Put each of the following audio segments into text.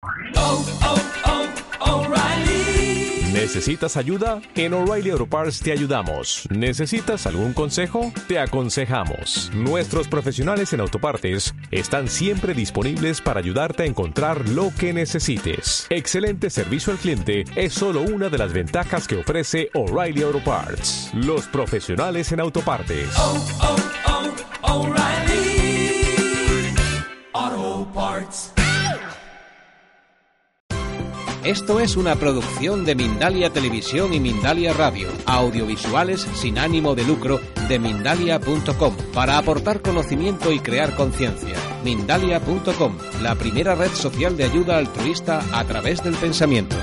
O'Reilly. ¿Necesitas ayuda? En O'Reilly Auto Parts te ayudamos. ¿Necesitas algún consejo? Te aconsejamos. Nuestros profesionales en autopartes están siempre disponibles para ayudarte a encontrar lo que necesites. Excelente servicio al cliente es solo una de las ventajas que ofrece O'Reilly Auto Parts. Los profesionales en autopartes. O'Reilly Auto Parts. Esto es una producción de Mindalia Televisión y Mindalia Radio, audiovisuales sin ánimo de lucro de Mindalia.com, para aportar conocimiento y crear conciencia. Mindalia.com, la primera red social de ayuda altruista a través del pensamiento.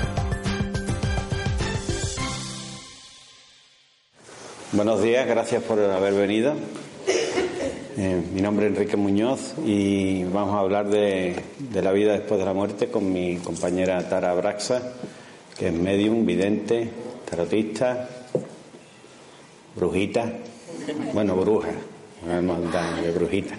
Buenos días, gracias por haber venido. Mi nombre es Enrique Muñoz y vamos a hablar de la vida después de la muerte con mi compañera Tara Abraxa, que es medium, vidente, tarotista, brujita, bueno, bruja, de brujita,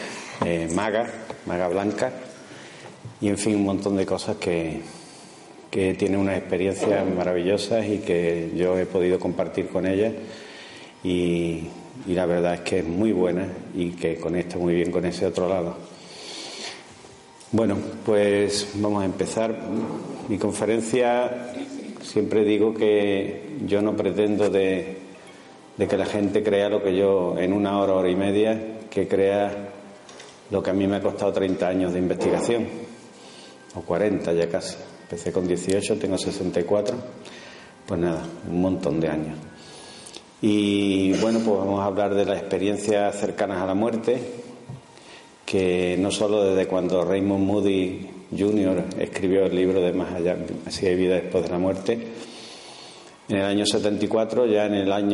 maga blanca y en fin un montón de cosas que tiene unas experiencias maravillosas y que yo he podido compartir con ella y la verdad es que es muy buena y que conecta muy bien con ese otro lado. Bueno, pues vamos a empezar. Mi conferencia, siempre digo que yo no pretendo de que la gente crea lo que yo en una hora y media, que crea lo que a mí me ha costado 30 años de investigación, o 40 ya casi. Empecé con 18, tengo 64, pues nada, un montón de años. Y bueno, pues vamos a hablar de las experiencias cercanas a la muerte, que no solo desde cuando Raymond Moody Jr. escribió el libro de Más allá, si hay vida después de la muerte, en el año 74, ya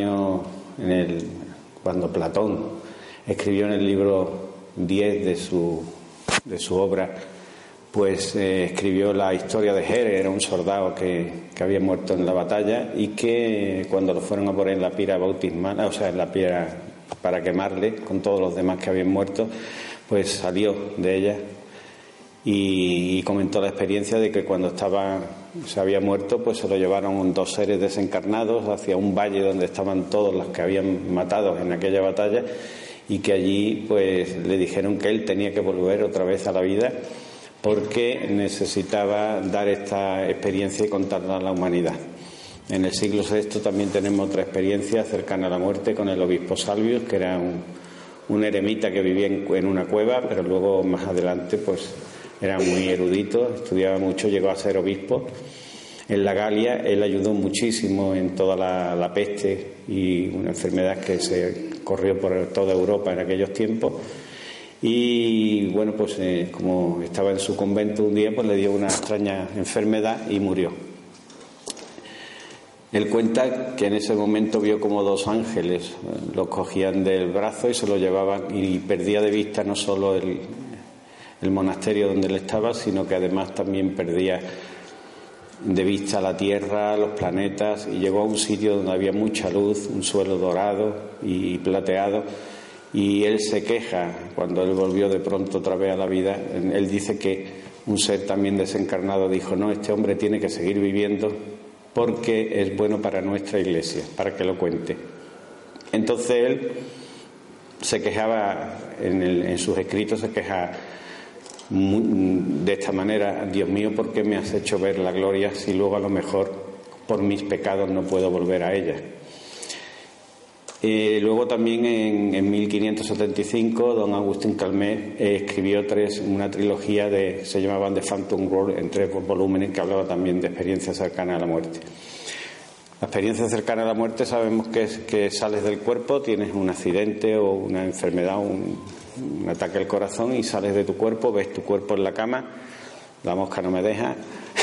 cuando Platón escribió en el libro 10 de su obra, pues escribió la historia de Jerez. Era un soldado que había muerto en la batalla y que cuando lo fueron a poner en la pira bautismal, o sea, en la pira para quemarle con todos los demás que habían muerto, pues salió de ella y comentó la experiencia de que cuando se había muerto, pues se lo llevaron 2 seres desencarnados hacia un valle donde estaban todos los que habían matado en aquella batalla y que allí pues le dijeron que él tenía que volver otra vez a la vida porque necesitaba dar esta experiencia y contarla a la humanidad. En el siglo VI también tenemos otra experiencia cercana a la muerte con el obispo Salvius, que era un eremita que vivía en una cueva, pero luego más adelante pues era muy erudito, estudiaba mucho, llegó a ser obispo. En la Galia él ayudó muchísimo en toda la peste y una enfermedad que se corrió por toda Europa en aquellos tiempos. Y bueno, pues como estaba en su convento un día, pues le dio una extraña enfermedad y murió. Él cuenta que en ese momento vio como 2 ángeles lo cogían del brazo y se lo llevaban, y perdía de vista no solo el monasterio donde él estaba, sino que además también perdía de vista la tierra, los planetas, y llegó a un sitio donde había mucha luz, un suelo dorado y plateado. Y él se queja, cuando él volvió de pronto otra vez a la vida, él dice que un ser también desencarnado dijo: no, este hombre tiene que seguir viviendo porque es bueno para nuestra iglesia, para que lo cuente. Entonces él se quejaba, en sus escritos se queja de esta manera: Dios mío, ¿por qué me has hecho ver la gloria si luego a lo mejor por mis pecados no puedo volver a ella? Luego también en 1575 don Agustín Calmet escribió una trilogía se llamaban The Phantom World, en 3 volúmenes, que hablaba también de experiencias cercanas a la muerte. La experiencia cercana a la muerte sabemos que es que sales del cuerpo, tienes un accidente o una enfermedad, un ataque al corazón, y sales de tu cuerpo, ves tu cuerpo en la cama, la mosca no me deja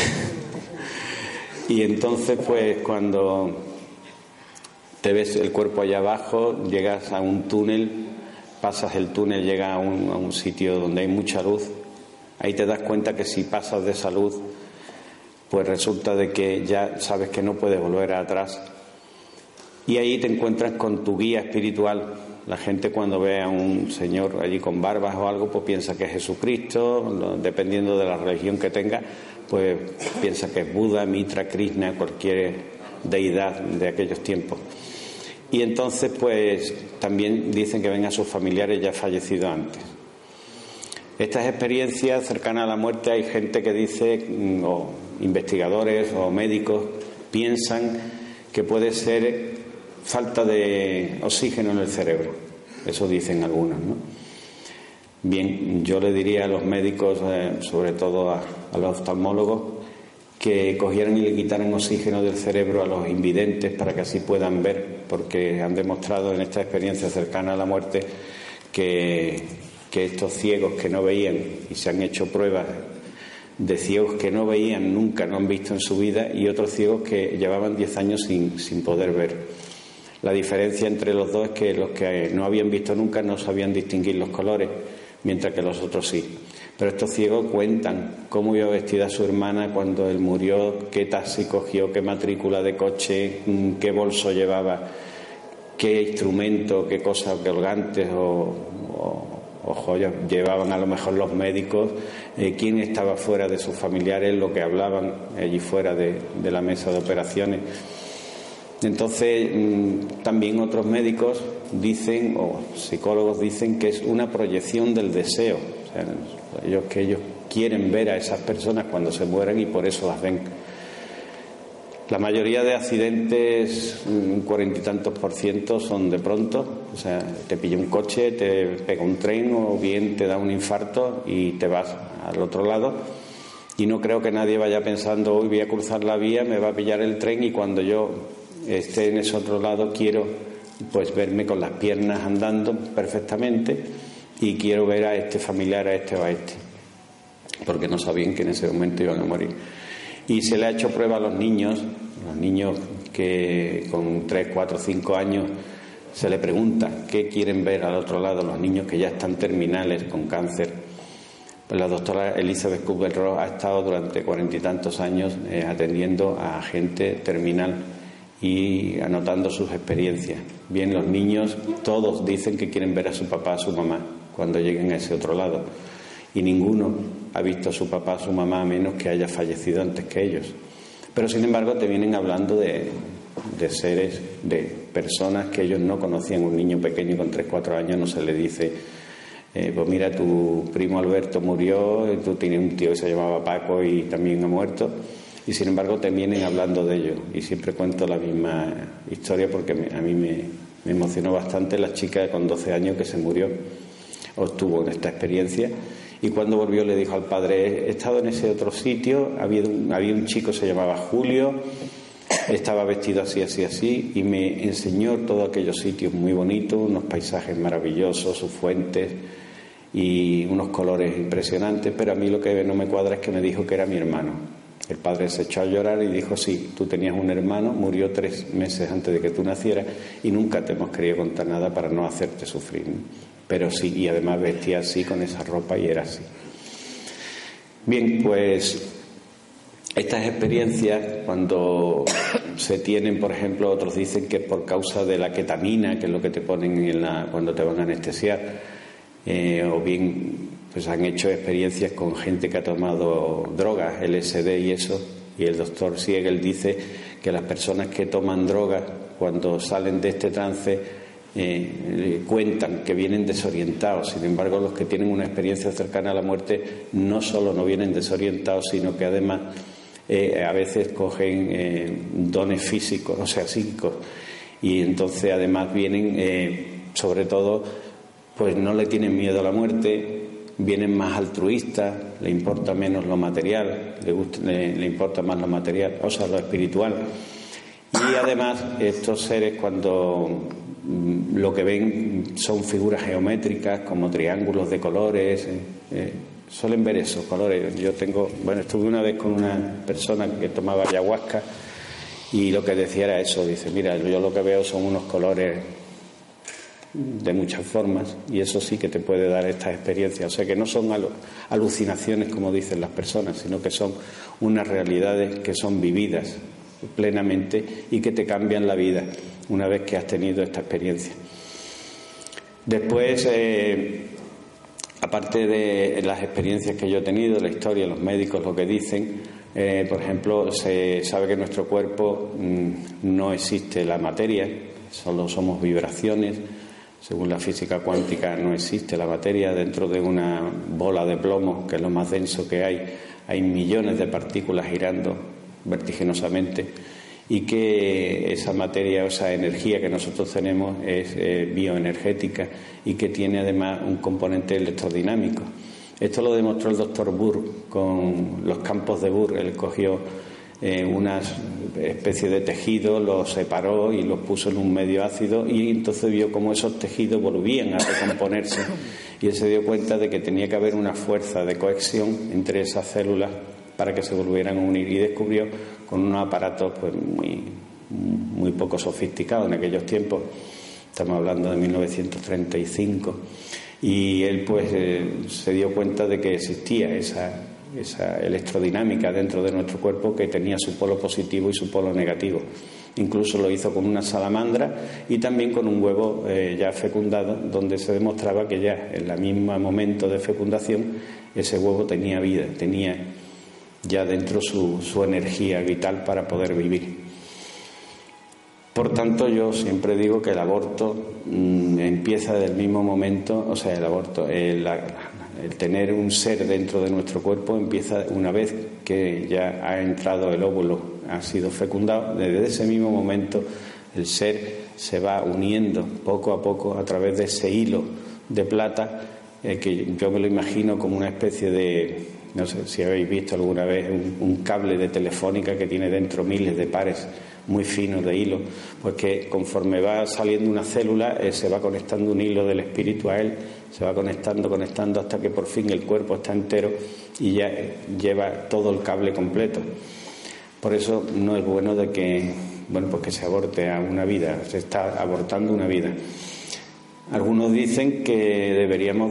y entonces pues cuando te ves el cuerpo allá abajo, llegas a un túnel, pasas el túnel, llegas a un sitio donde hay mucha luz. Ahí te das cuenta que si pasas de esa luz, pues resulta de que ya sabes que no puedes volver atrás. Y ahí te encuentras con tu guía espiritual, La gente cuando ve a un señor allí con barbas o algo, pues piensa que es Jesucristo, dependiendo de la religión que tenga, pues piensa que es Buda, Mitra, Krishna, cualquier deidad de aquellos tiempos. Y entonces pues también dicen que ven a sus familiares ya fallecidos antes. Estas experiencias cercanas a la muerte, hay gente que dice, o investigadores o médicos piensan que puede ser falta de oxígeno en el cerebro. Eso dicen algunos, ¿no? Bien, yo le diría a los médicos, sobre todo a los oftalmólogos, que cogieran y le quitaran oxígeno del cerebro a los invidentes para que así puedan ver, porque han demostrado en esta experiencia cercana a la muerte que estos ciegos que no veían, y se han hecho pruebas de ciegos que no veían nunca, no han visto en su vida, y otros ciegos que llevaban 10 años sin poder ver. La diferencia entre los dos es que los que no habían visto nunca no sabían distinguir los colores, mientras que los otros sí. Pero estos ciegos cuentan cómo iba vestida su hermana cuando él murió, qué taxi cogió, qué matrícula de coche, qué bolso llevaba, qué instrumento, qué cosas colgantes o joyas llevaban a lo mejor los médicos, quién estaba fuera de sus familiares, lo que hablaban allí fuera de la mesa de operaciones. Entonces también otros médicos dicen, o psicólogos dicen, que es una proyección del deseo. O sea, ellos quieren ver a esas personas cuando se mueren y por eso las ven. La mayoría de accidentes, un 40 y tantos %, son de pronto. O sea, te pilla un coche, te pega un tren o bien te da un infarto y te vas al otro lado. Y no creo que nadie vaya pensando, hoy voy a cruzar la vía, me va a pillar el tren y cuando yo esté en ese otro lado quiero pues verme con las piernas andando perfectamente y quiero ver a este familiar, a este o a este, porque no sabían que en ese momento iban a morir. Y se le ha hecho prueba a los niños que con 3, 4, 5 años se le pregunta qué quieren ver al otro lado, los niños que ya están terminales con cáncer. Pues la doctora Elizabeth Kubler-Ross ha estado durante 40 y tantos años atendiendo a gente terminal y anotando sus experiencias. Bien, los niños todos dicen que quieren ver a su papá, a su mamá cuando lleguen a ese otro lado, y ninguno ha visto a su papá, a su mamá, a menos que haya fallecido antes que ellos. Pero sin embargo te vienen hablando de seres, de personas que ellos no conocían. Un niño pequeño con 3, 4 años no se le dice pues mira, tu primo Alberto murió, tú tienes un tío que se llamaba Paco y también ha muerto. Y sin embargo te vienen hablando de ello, y siempre cuento la misma historia porque a mí me emocionó bastante la chica con 12 años que se murió o estuvo en esta experiencia, y cuando volvió le dijo al padre, he estado en ese otro sitio, había un chico, se llamaba Julio, estaba vestido así, así, así, y me enseñó todos aquellos sitios muy bonitos, unos paisajes maravillosos, sus fuentes y unos colores impresionantes, pero a mí lo que no me cuadra es que me dijo que era mi hermano. El padre se echó a llorar y dijo, sí, tú tenías un hermano, murió 3 meses antes de que tú nacieras y nunca te hemos querido contar nada para no hacerte sufrir, ¿no? Pero sí, y además vestía así con esa ropa y era así. Bien, pues estas experiencias cuando se tienen, por ejemplo, otros dicen que es por causa de la ketamina, que es lo que te ponen cuando te van a anestesiar, o bien pues han hecho experiencias con gente que ha tomado drogas, LSD y eso, y el doctor Siegel dice que las personas que toman drogas cuando salen de este trance cuentan que vienen desorientados. Sin embargo, los que tienen una experiencia cercana a la muerte no solo no vienen desorientados, sino que además a veces cogen dones físicos, o sea, psíquicos, y entonces además vienen sobre todo pues no le tienen miedo a la muerte, vienen más altruistas, le importa menos lo material, le importa más lo material, o sea, lo espiritual. Y además estos seres cuando lo que ven son figuras geométricas como triángulos de colores, suelen ver esos colores. Yo estuve una vez con una persona que tomaba ayahuasca y lo que decía era eso, dice, mira, yo lo que veo son unos colores de muchas formas y eso sí que te puede dar estas experiencias. O sea que no son alucinaciones como dicen las personas, sino que son unas realidades que son vividas plenamente y que te cambian la vida una vez que has tenido esta experiencia. Después, aparte de las experiencias que yo he tenido, la historia, los médicos lo que dicen, por ejemplo, se sabe que en nuestro cuerpo no existe la materia, solo somos vibraciones. Según la física cuántica no existe la materia. Dentro de una bola de plomo, que es lo más denso que hay millones de partículas girando vertiginosamente, y que esa materia o esa energía que nosotros tenemos es bioenergética y que tiene además un componente electrodinámico. Esto lo demostró el doctor Burr con los campos de Burr. Él cogió una especie de tejido, los separó y los puso en un medio ácido, y entonces vio cómo esos tejidos volvían a recomponerse, y él se dio cuenta de que tenía que haber una fuerza de cohesión entre esas células para que se volvieran a unir, y descubrió con unos aparatos pues muy poco sofisticados en aquellos tiempos, estamos hablando de 1935, y él pues se dio cuenta de que existía esa electrodinámica dentro de nuestro cuerpo, que tenía su polo positivo y su polo negativo. Incluso lo hizo con una salamandra y también con un huevo ya fecundado, donde se demostraba que ya en el mismo momento de fecundación ese huevo tenía vida, tenía ya dentro su energía vital para poder vivir. Por tanto, yo siempre digo que el aborto empieza desde el mismo momento, o sea, el aborto, el tener un ser dentro de nuestro cuerpo empieza una vez que ya ha entrado el óvulo, ha sido fecundado. Desde ese mismo momento el ser se va uniendo poco a poco a través de ese hilo de plata, que yo me lo imagino como una especie de, no sé si habéis visto alguna vez un cable de telefónica que tiene dentro miles de pares muy finos de hilo, pues que conforme va saliendo una célula se va conectando un hilo del espíritu a él, se va conectando hasta que por fin el cuerpo está entero y ya lleva todo el cable completo. Por eso no es bueno de que, pues que se aborte a una vida, se está abortando una vida. Algunos dicen que deberíamos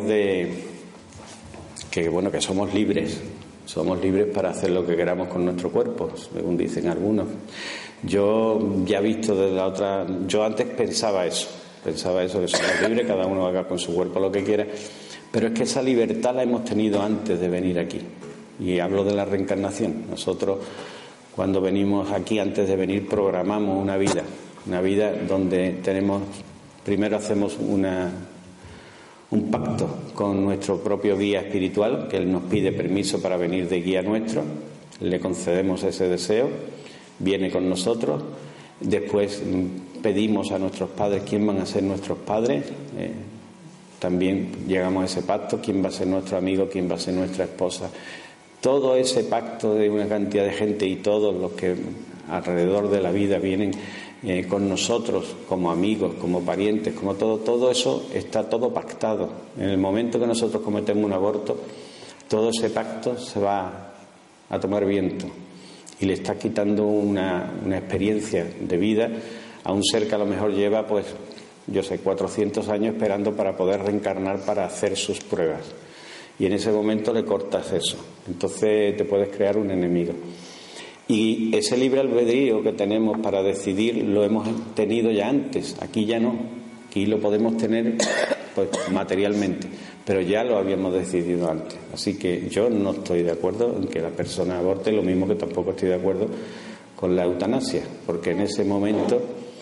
que somos libres para hacer lo que queramos con nuestro cuerpo, según dicen algunos. Yo ya he visto desde la otra, yo antes pensaba eso, que somos libres, cada uno haga con su cuerpo lo que quiera, pero es que esa libertad la hemos tenido antes de venir aquí, y hablo de la reencarnación. Nosotros, cuando venimos aquí, antes de venir, programamos una vida donde primero hacemos un pacto con nuestro propio guía espiritual, que él nos pide permiso para venir de guía nuestro, le concedemos ese deseo, viene con nosotros, después pedimos a nuestros padres quién van a ser nuestros padres, también llegamos a ese pacto, quién va a ser nuestro amigo, quién va a ser nuestra esposa. Todo ese pacto de una cantidad de gente y todos los que alrededor de la vida vienen con nosotros como amigos, como parientes, como todo eso está todo pactado. En el momento que nosotros cometemos un aborto, todo ese pacto se va a tomar viento y le está quitando una experiencia de vida a un ser que a lo mejor lleva 400 años esperando para poder reencarnar para hacer sus pruebas, y en ese momento le cortas eso, entonces te puedes crear un enemigo. Y ese libre albedrío que tenemos para decidir lo hemos tenido ya antes, aquí ya no, aquí lo podemos tener materialmente, pero ya lo habíamos decidido antes. Así que yo no estoy de acuerdo en que la persona aborte, lo mismo que tampoco estoy de acuerdo con la eutanasia, porque en ese momento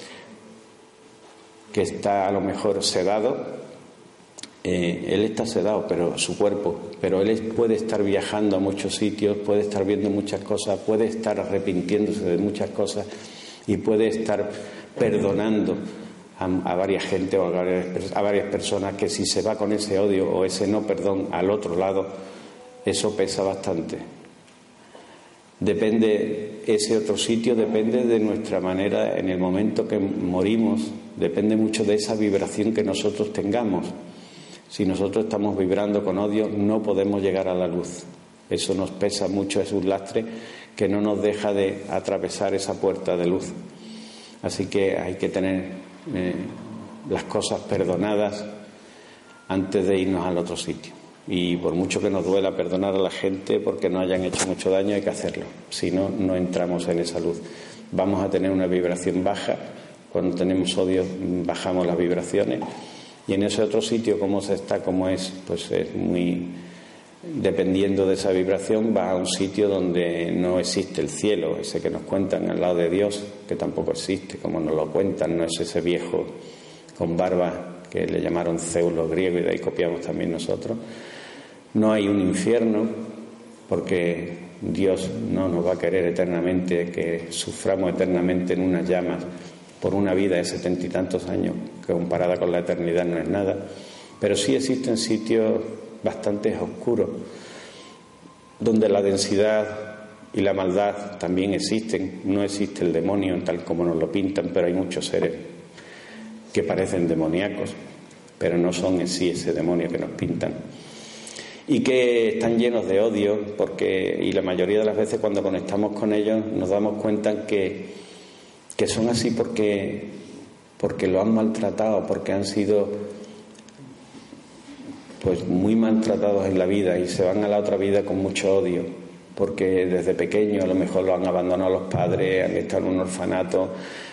que está a lo mejor sedado, él está sedado, pero su cuerpo, pero él puede estar viajando a muchos sitios, puede estar viendo muchas cosas, puede estar arrepintiéndose de muchas cosas y puede estar perdonando a varias gente o a varias personas, que si se va con ese odio o ese no perdón al otro lado, eso pesa bastante. Ese otro sitio depende de nuestra manera, en el momento que morimos, depende mucho de esa vibración que nosotros tengamos. Si nosotros estamos vibrando con odio, no podemos llegar a la luz. Eso nos pesa mucho, es un lastre que no nos deja de atravesar esa puerta de luz. Así que hay que tener las cosas perdonadas antes de irnos al otro sitio. Y por mucho que nos duela perdonar a la gente porque no hayan hecho mucho daño, hay que hacerlo. Si no, no entramos en esa luz. Vamos a tener una vibración baja. Cuando tenemos odio, bajamos las vibraciones. Y en ese otro sitio, cómo se está, cómo es, pues es muy... Dependiendo de esa vibración, va a un sitio donde no existe el cielo, ese que nos cuentan al lado de Dios, que tampoco existe, como nos lo cuentan, no es ese viejo con barba que le llamaron Zeus los griegos y de ahí copiamos también nosotros. No hay un infierno, porque Dios no nos va a querer eternamente que suframos eternamente en unas llamas por una vida de 70 y tantos años, que comparada con la eternidad no es nada. Pero sí existen sitios bastante oscuros, donde la densidad y la maldad también existen. No existe el demonio tal como nos lo pintan, pero hay muchos seres que parecen demoníacos, pero no son en sí ese demonio que nos pintan, y que están llenos de odio, y la mayoría de las veces cuando conectamos con ellos nos damos cuenta que son así porque lo han maltratado, porque han sido pues muy maltratados en la vida y se van a la otra vida con mucho odio, porque desde pequeño a lo mejor lo han abandonado los padres, han estado en un orfanato,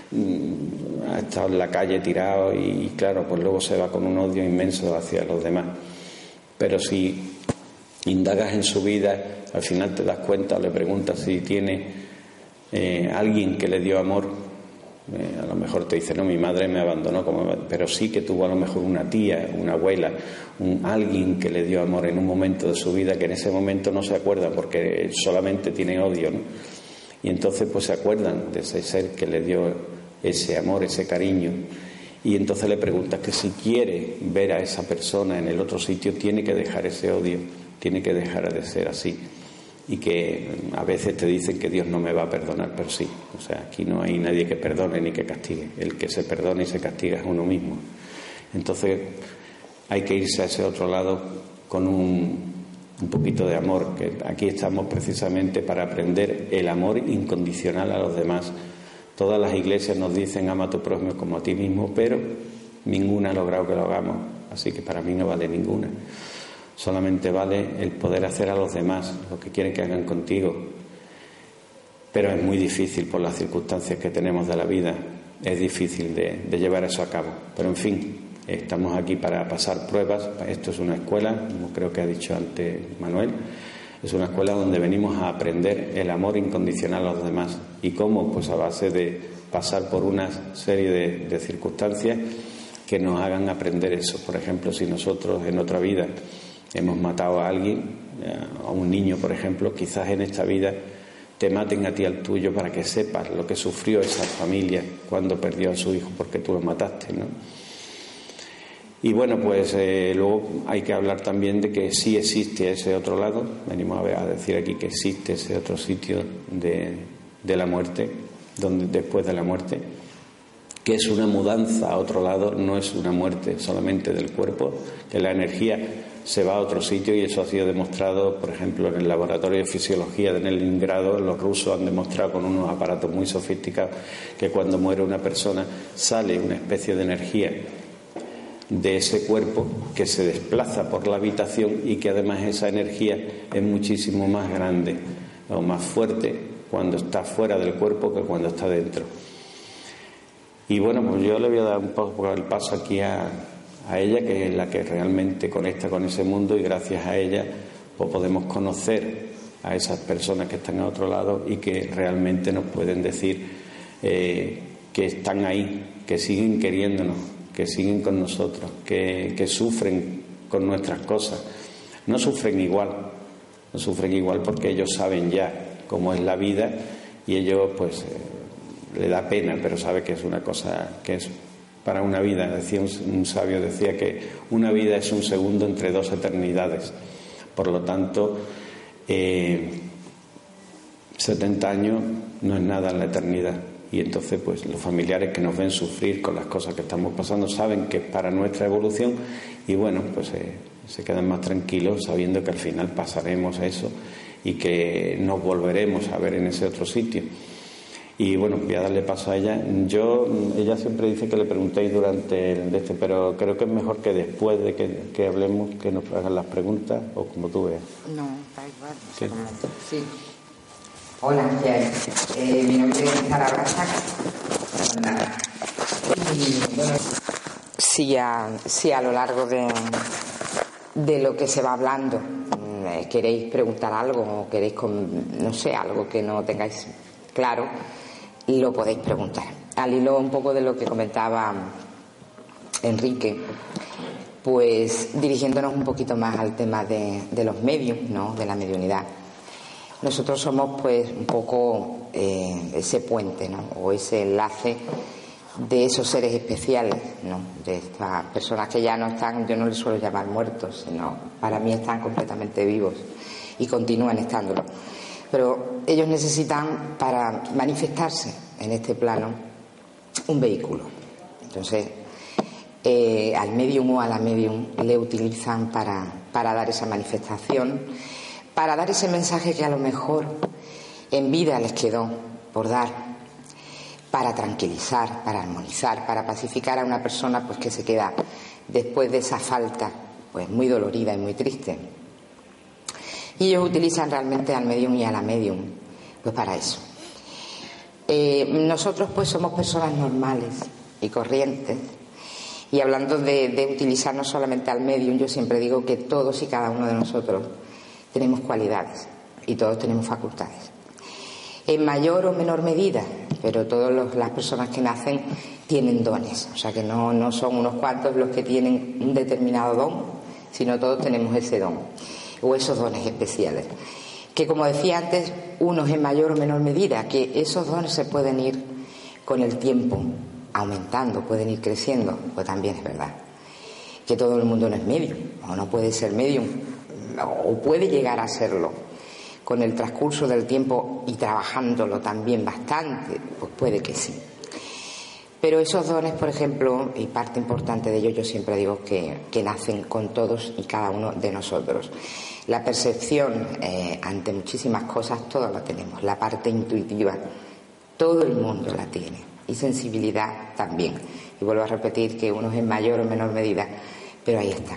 ha estado en la calle tirado y claro, pues luego se va con un odio inmenso hacia los demás. Pero si indagas en su vida, al final te das cuenta o le preguntas si tiene alguien que le dio amor. A lo mejor te dice, no, mi madre me abandonó, pero sí que tuvo a lo mejor una tía, una abuela, alguien que le dio amor en un momento de su vida que en ese momento no se acuerda porque solamente tiene odio, ¿no? Y entonces pues se acuerdan de ese ser que le dio ese amor, ese cariño, y entonces le preguntas que si quiere ver a esa persona en el otro sitio tiene que dejar ese odio, tiene que dejar de ser así. Y que a veces te dicen que Dios no me va a perdonar, pero sí, o sea, aquí no hay nadie que perdone ni que castigue, el que se perdona y se castiga es uno mismo. Entonces hay que irse a ese otro lado con un poquito de amor, que aquí estamos precisamente para aprender el amor incondicional a los demás. Todas las iglesias nos dicen ama a tu prójimo como a ti mismo, pero ninguna ha logrado que lo hagamos, así que para mí no vale ninguna. Solamente vale el poder hacer a los demás lo que quieren que hagan contigo. Pero es muy difícil por las circunstancias que tenemos de la vida. Es difícil de llevar eso a cabo. Pero en fin, estamos aquí para pasar pruebas. Esto es una escuela, como creo que ha dicho antes Manuel. Es una escuela donde venimos a aprender el amor incondicional a los demás. ¿Y cómo? Pues a base de pasar por una serie de circunstancias que nos hagan aprender eso. Por ejemplo, si nosotros en otra vida hemos matado a alguien, a un niño por ejemplo, quizás en esta vida te maten a ti al tuyo para que sepas lo que sufrió esa familia cuando perdió a su hijo porque tú lo mataste, ¿no? Y bueno, pues luego hay que hablar también de que sí existe ese otro lado. Venimos a decir aquí que existe ese otro sitio de la muerte, donde después de la muerte, que es una mudanza a otro lado, no es una muerte solamente del cuerpo, que la energía se va a otro sitio, y eso ha sido demostrado, por ejemplo, en el laboratorio de fisiología de Leningrado. Los rusos han demostrado con unos aparatos muy sofisticados que cuando muere una persona sale una especie de energía de ese cuerpo que se desplaza por la habitación, y que además esa energía es muchísimo más grande o más fuerte cuando está fuera del cuerpo que cuando está dentro. Y bueno, pues yo le voy a dar un poco el paso aquí a ella, que es la que realmente conecta con ese mundo, y gracias a ella pues podemos conocer a esas personas que están a otro lado y que realmente nos pueden decir que están ahí, que siguen queriéndonos, que siguen con nosotros, que sufren con nuestras cosas. No sufren igual porque ellos saben ya cómo es la vida, y ellos pues le da pena, pero sabe que es una cosa que es para una vida. Decía un sabio, decía que una vida es un segundo entre dos eternidades. Por lo tanto, 70 años no es nada en la eternidad. Y entonces pues los familiares que nos ven sufrir con las cosas que estamos pasando saben que es para nuestra evolución, y bueno, pues se quedan más tranquilos sabiendo que al final pasaremos a eso y que nos volveremos a ver en ese otro sitio. Y bueno, voy a darle paso a ella. Ella siempre dice que le preguntéis durante pero creo que es mejor que después de que hablemos, que nos hagan las preguntas, o como tú veas. No, da igual. ¿Qué? Sí. Hola, mi nombre es Sara Brasac. Y bueno, si a lo largo de lo que se va hablando queréis preguntar algo o queréis, no sé, algo que no tengáis claro, lo podéis preguntar. Al hilo un poco de lo que comentaba Enrique, pues dirigiéndonos un poquito más al tema de los medios, ¿no?, de la mediunidad. Nosotros somos pues un poco ese puente, ¿no?, o ese enlace de esos seres especiales, ¿no?, de estas personas que ya no están, yo no les suelo llamar muertos, sino para mí están completamente vivos y continúan estándolo. Pero ellos necesitan, para manifestarse en este plano, un vehículo. Entonces, al medium o a la medium le utilizan para dar esa manifestación, para dar ese mensaje que a lo mejor en vida les quedó por dar, para tranquilizar, para armonizar, para pacificar a una persona pues que se queda después de esa falta pues muy dolorida y muy triste. Y ellos utilizan realmente al medium y a la medium pues para eso. Nosotros pues somos personas normales y corrientes, y hablando de utilizar no solamente al medium, yo siempre digo que todos y cada uno de nosotros tenemos cualidades y todos tenemos facultades, en mayor o menor medida, pero todas las personas que nacen tienen dones, o sea que no son unos cuantos los que tienen un determinado don, sino todos tenemos ese don o esos dones especiales, que como decía antes, unos en mayor o menor medida, que esos dones se pueden ir con el tiempo aumentando, pueden ir creciendo, pues también es verdad que todo el mundo no es medium o no puede ser medium o puede llegar a serlo con el transcurso del tiempo y trabajándolo también bastante, pues puede que sí. Pero esos dones, por ejemplo, y parte importante de ellos, yo siempre digo que nacen con todos y cada uno de nosotros. La percepción ante muchísimas cosas, todos la tenemos. La parte intuitiva, todo el mundo la tiene. Y sensibilidad también. Y vuelvo a repetir que unos en mayor o menor medida, pero ahí está.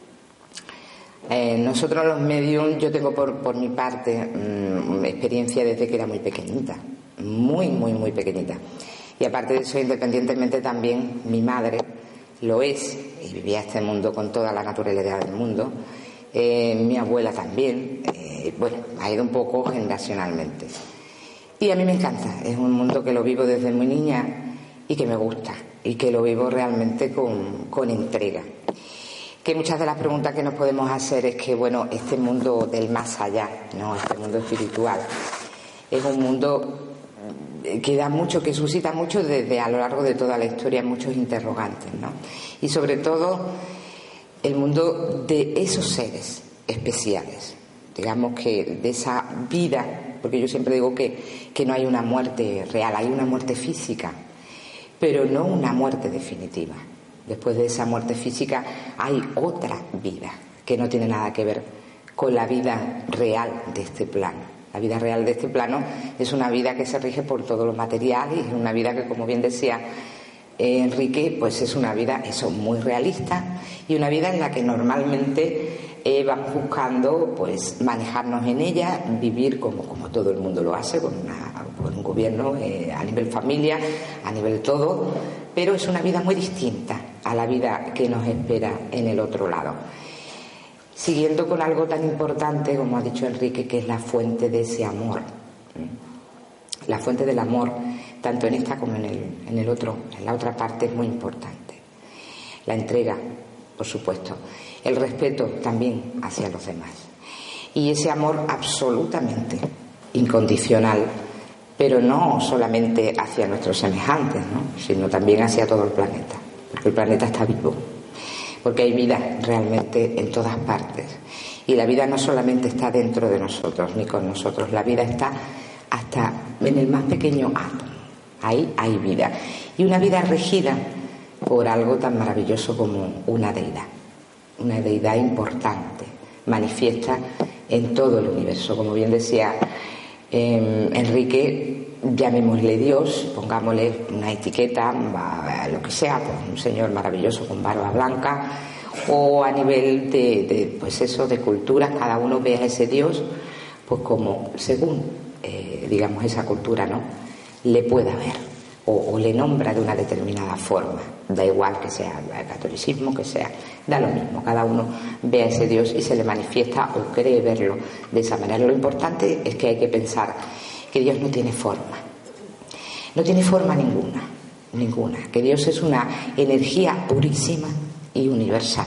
Nosotros los medium, yo tengo por mi parte experiencia desde que era muy pequeñita, muy pequeñita. Y aparte de eso, independientemente también, mi madre lo es y vivía este mundo con toda la naturalidad del mundo. Mi abuela también, bueno, ha ido un poco generacionalmente. Y a mí me encanta, es un mundo que lo vivo desde muy niña y que me gusta y que lo vivo realmente con entrega. Que muchas de las preguntas que nos podemos hacer es que, bueno, este mundo del más allá, ¿no?, este mundo espiritual, es un mundo que da mucho, que suscita mucho desde a lo largo de toda la historia muchos interrogantes, ¿no? Y sobre todo el mundo de esos seres especiales, digamos que de esa vida, porque yo siempre digo que no hay una muerte real, hay una muerte física, pero no una muerte definitiva. Después de esa muerte física hay otra vida que no tiene nada que ver con la vida real de este plano. La vida real de este plano es una vida que se rige por todo lo material y es una vida que, como bien decía Enrique, pues es una vida eso muy realista y una vida en la que normalmente vamos buscando pues manejarnos en ella, vivir como todo el mundo lo hace, con un gobierno a nivel familia, a nivel todo, pero es una vida muy distinta a la vida que nos espera en el otro lado. Siguiendo con algo tan importante como ha dicho Enrique, que es la fuente de ese amor. La fuente del amor, tanto en esta como en el otro, en la otra parte, es muy importante. La entrega, por supuesto. El respeto también hacia los demás. Y ese amor absolutamente incondicional, pero no solamente hacia nuestros semejantes, ¿no?, sino también hacia todo el planeta. Porque el planeta está vivo. Porque hay vida realmente en todas partes. Y la vida no solamente está dentro de nosotros, ni con nosotros. La vida está hasta en el más pequeño átomo. Ahí hay vida. Y una vida regida por algo tan maravilloso como una deidad. Una deidad importante, manifiesta en todo el universo. Como bien decía Enrique, llamémosle Dios, pongámosle una etiqueta, lo que sea, pues un señor maravilloso con barba blanca, o a nivel de pues eso, de culturas, cada uno ve a ese Dios pues como según digamos esa cultura, ¿no?, le pueda ver. o le nombra de una determinada forma. Da igual que sea el catolicismo, que sea, da lo mismo. Cada uno ve a ese Dios y se le manifiesta o cree verlo de esa manera. Lo importante es que hay que pensar que Dios no tiene forma. No tiene forma ninguna. Que Dios es una energía purísima y universal.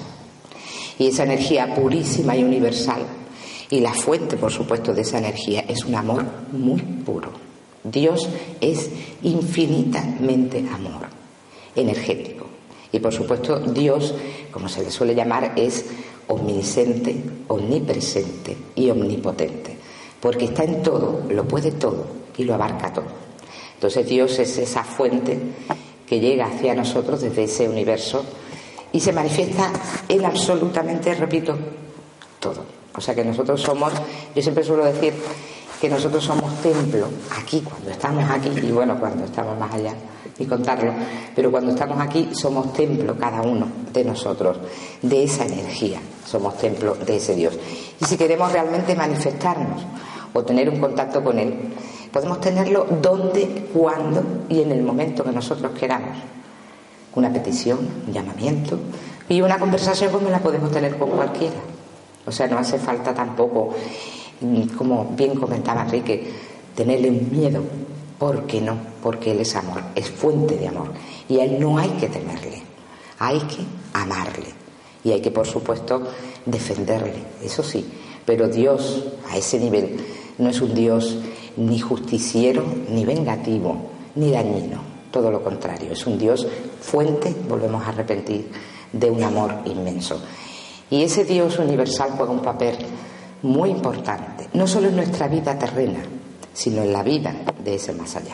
Y esa energía purísima y universal, y la fuente, por supuesto, de esa energía, es un amor muy puro. Dios es infinitamente amor, energético. Y por supuesto Dios, como se le suele llamar, es omnisciente, omnipresente y omnipotente, porque está en todo, lo puede todo y lo abarca todo. Entonces Dios es esa fuente que llega hacia nosotros desde ese universo y se manifiesta en absolutamente, repito, todo. O sea que nosotros somos, yo siempre suelo decir que nosotros somos templo aquí, cuando estamos aquí, y bueno, cuando estamos más allá, y contarlo, pero cuando estamos aquí somos templo cada uno de nosotros, de esa energía, somos templo de ese Dios. Y si queremos realmente manifestarnos o tener un contacto con Él, podemos tenerlo donde, cuando y en el momento que nosotros queramos. Una petición, un llamamiento y una conversación como la podemos tener con cualquiera. O sea, no hace falta tampoco, como bien comentaba Enrique, tenerle un miedo. ¿Por qué no? Porque Él es amor, es fuente de amor. Y a Él no hay que temerle, hay que amarle. Y hay que, por supuesto, defenderle, eso sí. Pero Dios, a ese nivel, no es un Dios ni justiciero, ni vengativo, ni dañino. Todo lo contrario, es un Dios fuente, volvemos a repetir, de un amor inmenso. Y ese Dios universal juega un papel muy importante, no solo en nuestra vida terrena, sino en la vida de ese más allá.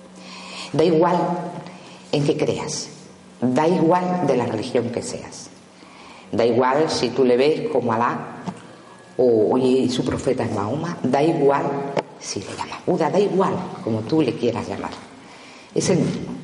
Da igual en qué creas, da igual de la religión que seas, da igual si tú le ves como Alá o su profeta es Mahoma, da igual si le llamas Buda, da igual como tú le quieras llamar, es el mismo.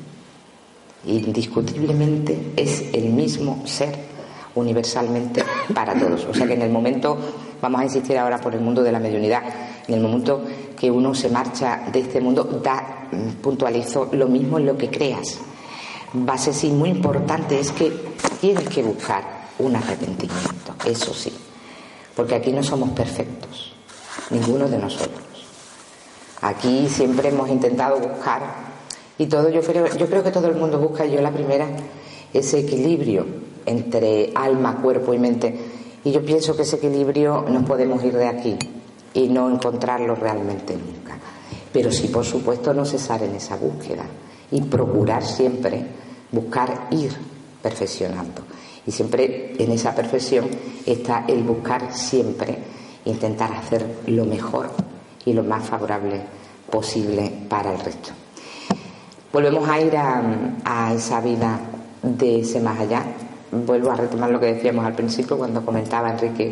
Indiscutiblemente es el mismo ser universalmente para todos. O sea que en el momento, vamos a insistir ahora por el mundo de la mediunidad, en el momento que uno se marcha de este mundo, puntualizo lo mismo en lo que creas. Base sí muy importante es que tienes que buscar un arrepentimiento, eso sí, porque aquí no somos perfectos, ninguno de nosotros. Aquí siempre hemos intentado buscar, y todo yo creo que todo el mundo busca, y yo la primera, ese equilibrio entre alma, cuerpo y mente. Y yo pienso que ese equilibrio no podemos ir de aquí y no encontrarlo realmente nunca. Pero sí, por supuesto, no cesar en esa búsqueda y procurar siempre buscar ir perfeccionando. Y siempre en esa perfección está el buscar siempre, intentar hacer lo mejor y lo más favorable posible para el resto. Volvemos a ir a esa vida de ese más allá. Vuelvo a retomar lo que decíamos al principio cuando comentaba Enrique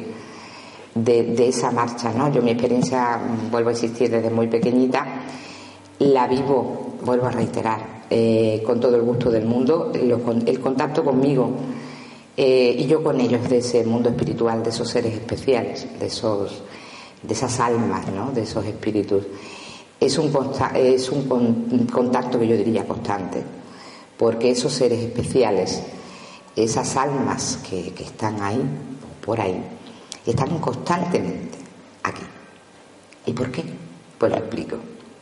de esa marcha, ¿no? Yo mi experiencia, vuelvo a insistir, desde muy pequeñita la vivo, vuelvo a reiterar, con todo el gusto del mundo, el contacto conmigo y yo con ellos, de ese mundo espiritual, de esos seres especiales, de esas almas, ¿no? De esos espíritus. Es un contacto que yo diría constante, porque esos seres especiales, esas almas que están ahí, por ahí, están constantemente aquí. ¿Y por qué? Pues lo explico.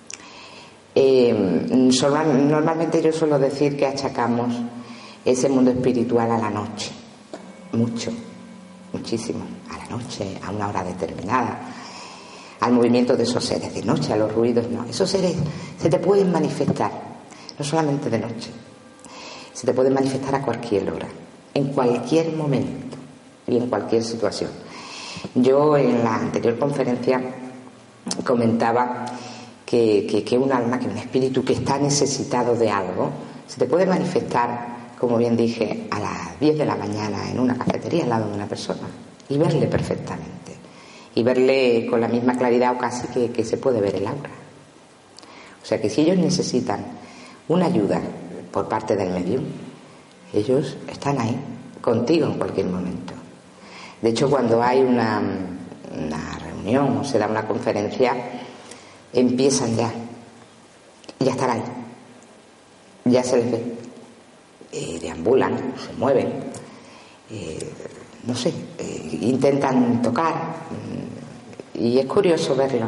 Normalmente yo suelo decir que achacamos ese mundo espiritual a la noche, muchísimo, a la noche, a una hora determinada, al movimiento de esos seres de noche, a los ruidos, no. Esos seres se te pueden manifestar, no solamente de noche, se te pueden manifestar a cualquier hora, en cualquier momento y en cualquier situación. Yo en la anterior conferencia comentaba que un alma, que un espíritu que está necesitado de algo, se te puede manifestar, como bien dije, a las 10 de la mañana en una cafetería al lado de una persona y verle perfectamente, y verle con la misma claridad o casi que se puede ver el aura. O sea que si ellos necesitan una ayuda por parte del medium, ellos están ahí contigo en cualquier momento. De hecho, cuando hay una reunión o se da una conferencia, empiezan ya estarán ahí. ya se les ve. Deambulan, se mueven, no sé, intentan tocar, y es curioso verlo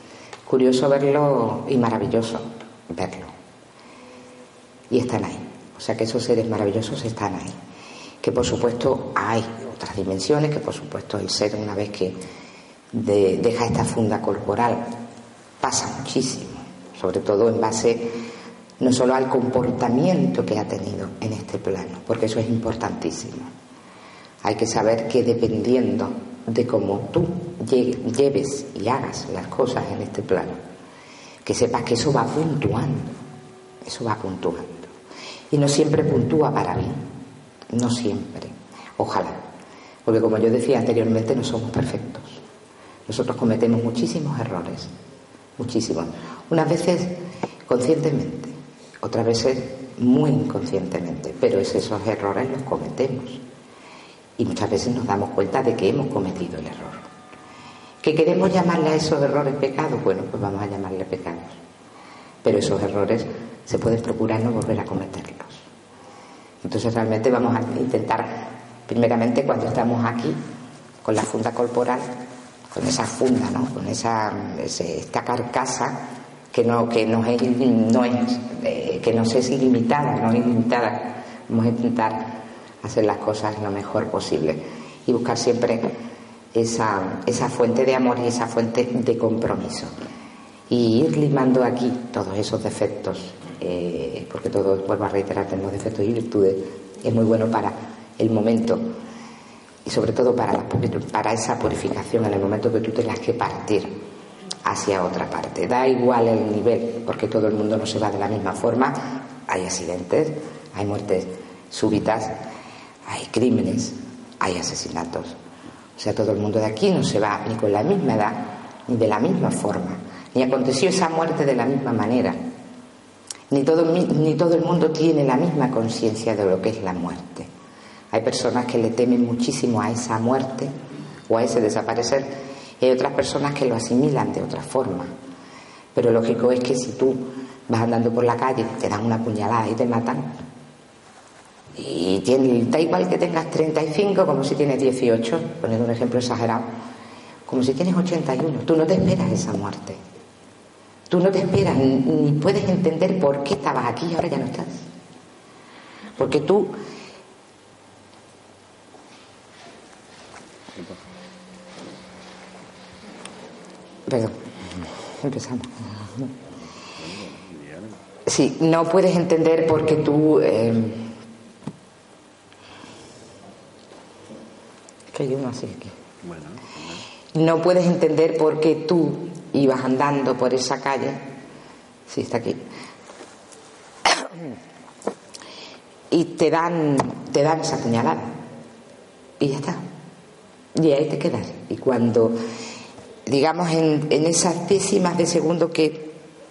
y maravilloso verlo. Y están ahí. O sea que esos seres maravillosos están ahí. Que por supuesto hay otras dimensiones, que por supuesto el ser, una vez que deja esta funda corporal, pasa muchísimo, sobre todo en base no solo al comportamiento que ha tenido en este plano, porque eso es importantísimo. Hay que saber que dependiendo de cómo tú lleves y hagas las cosas en este plano, que sepas que eso va puntuando, y no siempre puntúa para bien, no siempre, ojalá, porque como yo decía anteriormente, no somos perfectos, nosotros cometemos muchísimos errores, muchísimos, unas veces conscientemente, otras veces muy inconscientemente, pero esos errores los cometemos y muchas veces nos damos cuenta de que hemos cometido el error. ¿Que queremos llamarle a esos errores pecados? Bueno, pues vamos a llamarle pecados, pero esos errores se pueden procurar no volver a cometerlos. Entonces realmente vamos a intentar, primeramente cuando estamos aquí con la funda corporal, con esa funda, ¿no? Con esta carcasa que nos es ilimitada, vamos a intentar hacer las cosas lo mejor posible y buscar siempre esa fuente de amor y esa fuente de compromiso y ir limando aquí todos esos defectos, porque todos, vuelvo a reiterar, tenemos defectos y virtudes. Es muy bueno para el momento y sobre todo para esa purificación en el momento que tú tengas que partir hacia otra parte. Da igual el nivel, porque todo el mundo no se va de la misma forma. Hay accidentes, hay muertes súbitas, hay crímenes, hay asesinatos. O sea, todo el mundo de aquí no se va ni con la misma edad, ni de la misma forma, ni aconteció esa muerte de la misma manera. Ni todo el mundo tiene la misma conciencia de lo que es la muerte. Hay personas que le temen muchísimo a esa muerte o a ese desaparecer, y hay otras personas que lo asimilan de otra forma. Pero lógico es que si tú vas andando por la calle, te dan una puñalada y te matan, y da igual que tengas 35 como si tienes 18, poniendo un ejemplo exagerado, como si tienes 81, tú no te esperas esa muerte. Tú no te esperas, ni puedes entender por qué estabas aquí y ahora ya no estás. Porque tú... Perdón, empezamos. Sí, no puedes entender por qué tú... que hay uno así aquí. No puedes entender por qué tú ibas andando por esa calle. Sí, está aquí. Y te dan esa puñalada. Y ya está. Y ahí te quedas. Y cuando, digamos, en esas décimas de segundo que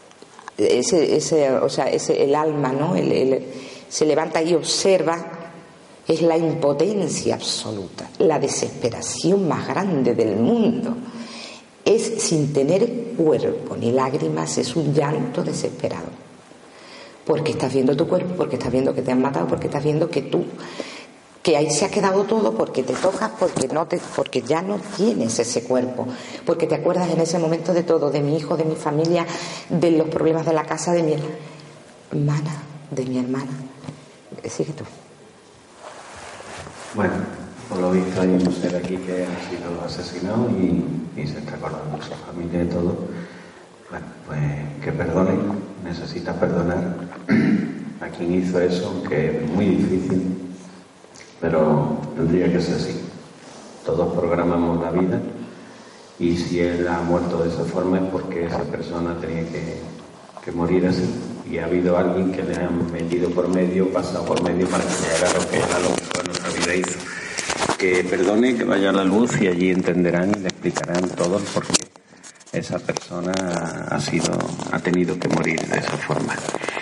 el alma, ¿no? Se levanta y observa, es la impotencia absoluta, la desesperación más grande del mundo. Es sin tener cuerpo ni lágrimas, es un llanto desesperado. Porque estás viendo tu cuerpo, porque estás viendo que te han matado, porque estás viendo que ahí se ha quedado todo, porque te tocas, porque ya no tienes ese cuerpo, porque te acuerdas en ese momento de todo, de mi hijo, de mi familia, de los problemas de la casa, de mi hermana. Sigue tú. Bueno, por lo visto hay un ser aquí que ha sido asesinado y se está acordando de su familia y todo. Bueno, pues que perdone, necesita perdonar a quien hizo eso, aunque es muy difícil, pero tendría que ser así. Todos programamos la vida y si él ha muerto de esa forma es porque esa persona tenía que morir así. Y ha habido alguien que le ha metido por medio, pasado por medio para que haga lo que él en nuestra vida hizo. Que perdone, que vaya a la luz y allí entenderán y le explicarán todo el por qué esa persona ha tenido que morir de esa forma.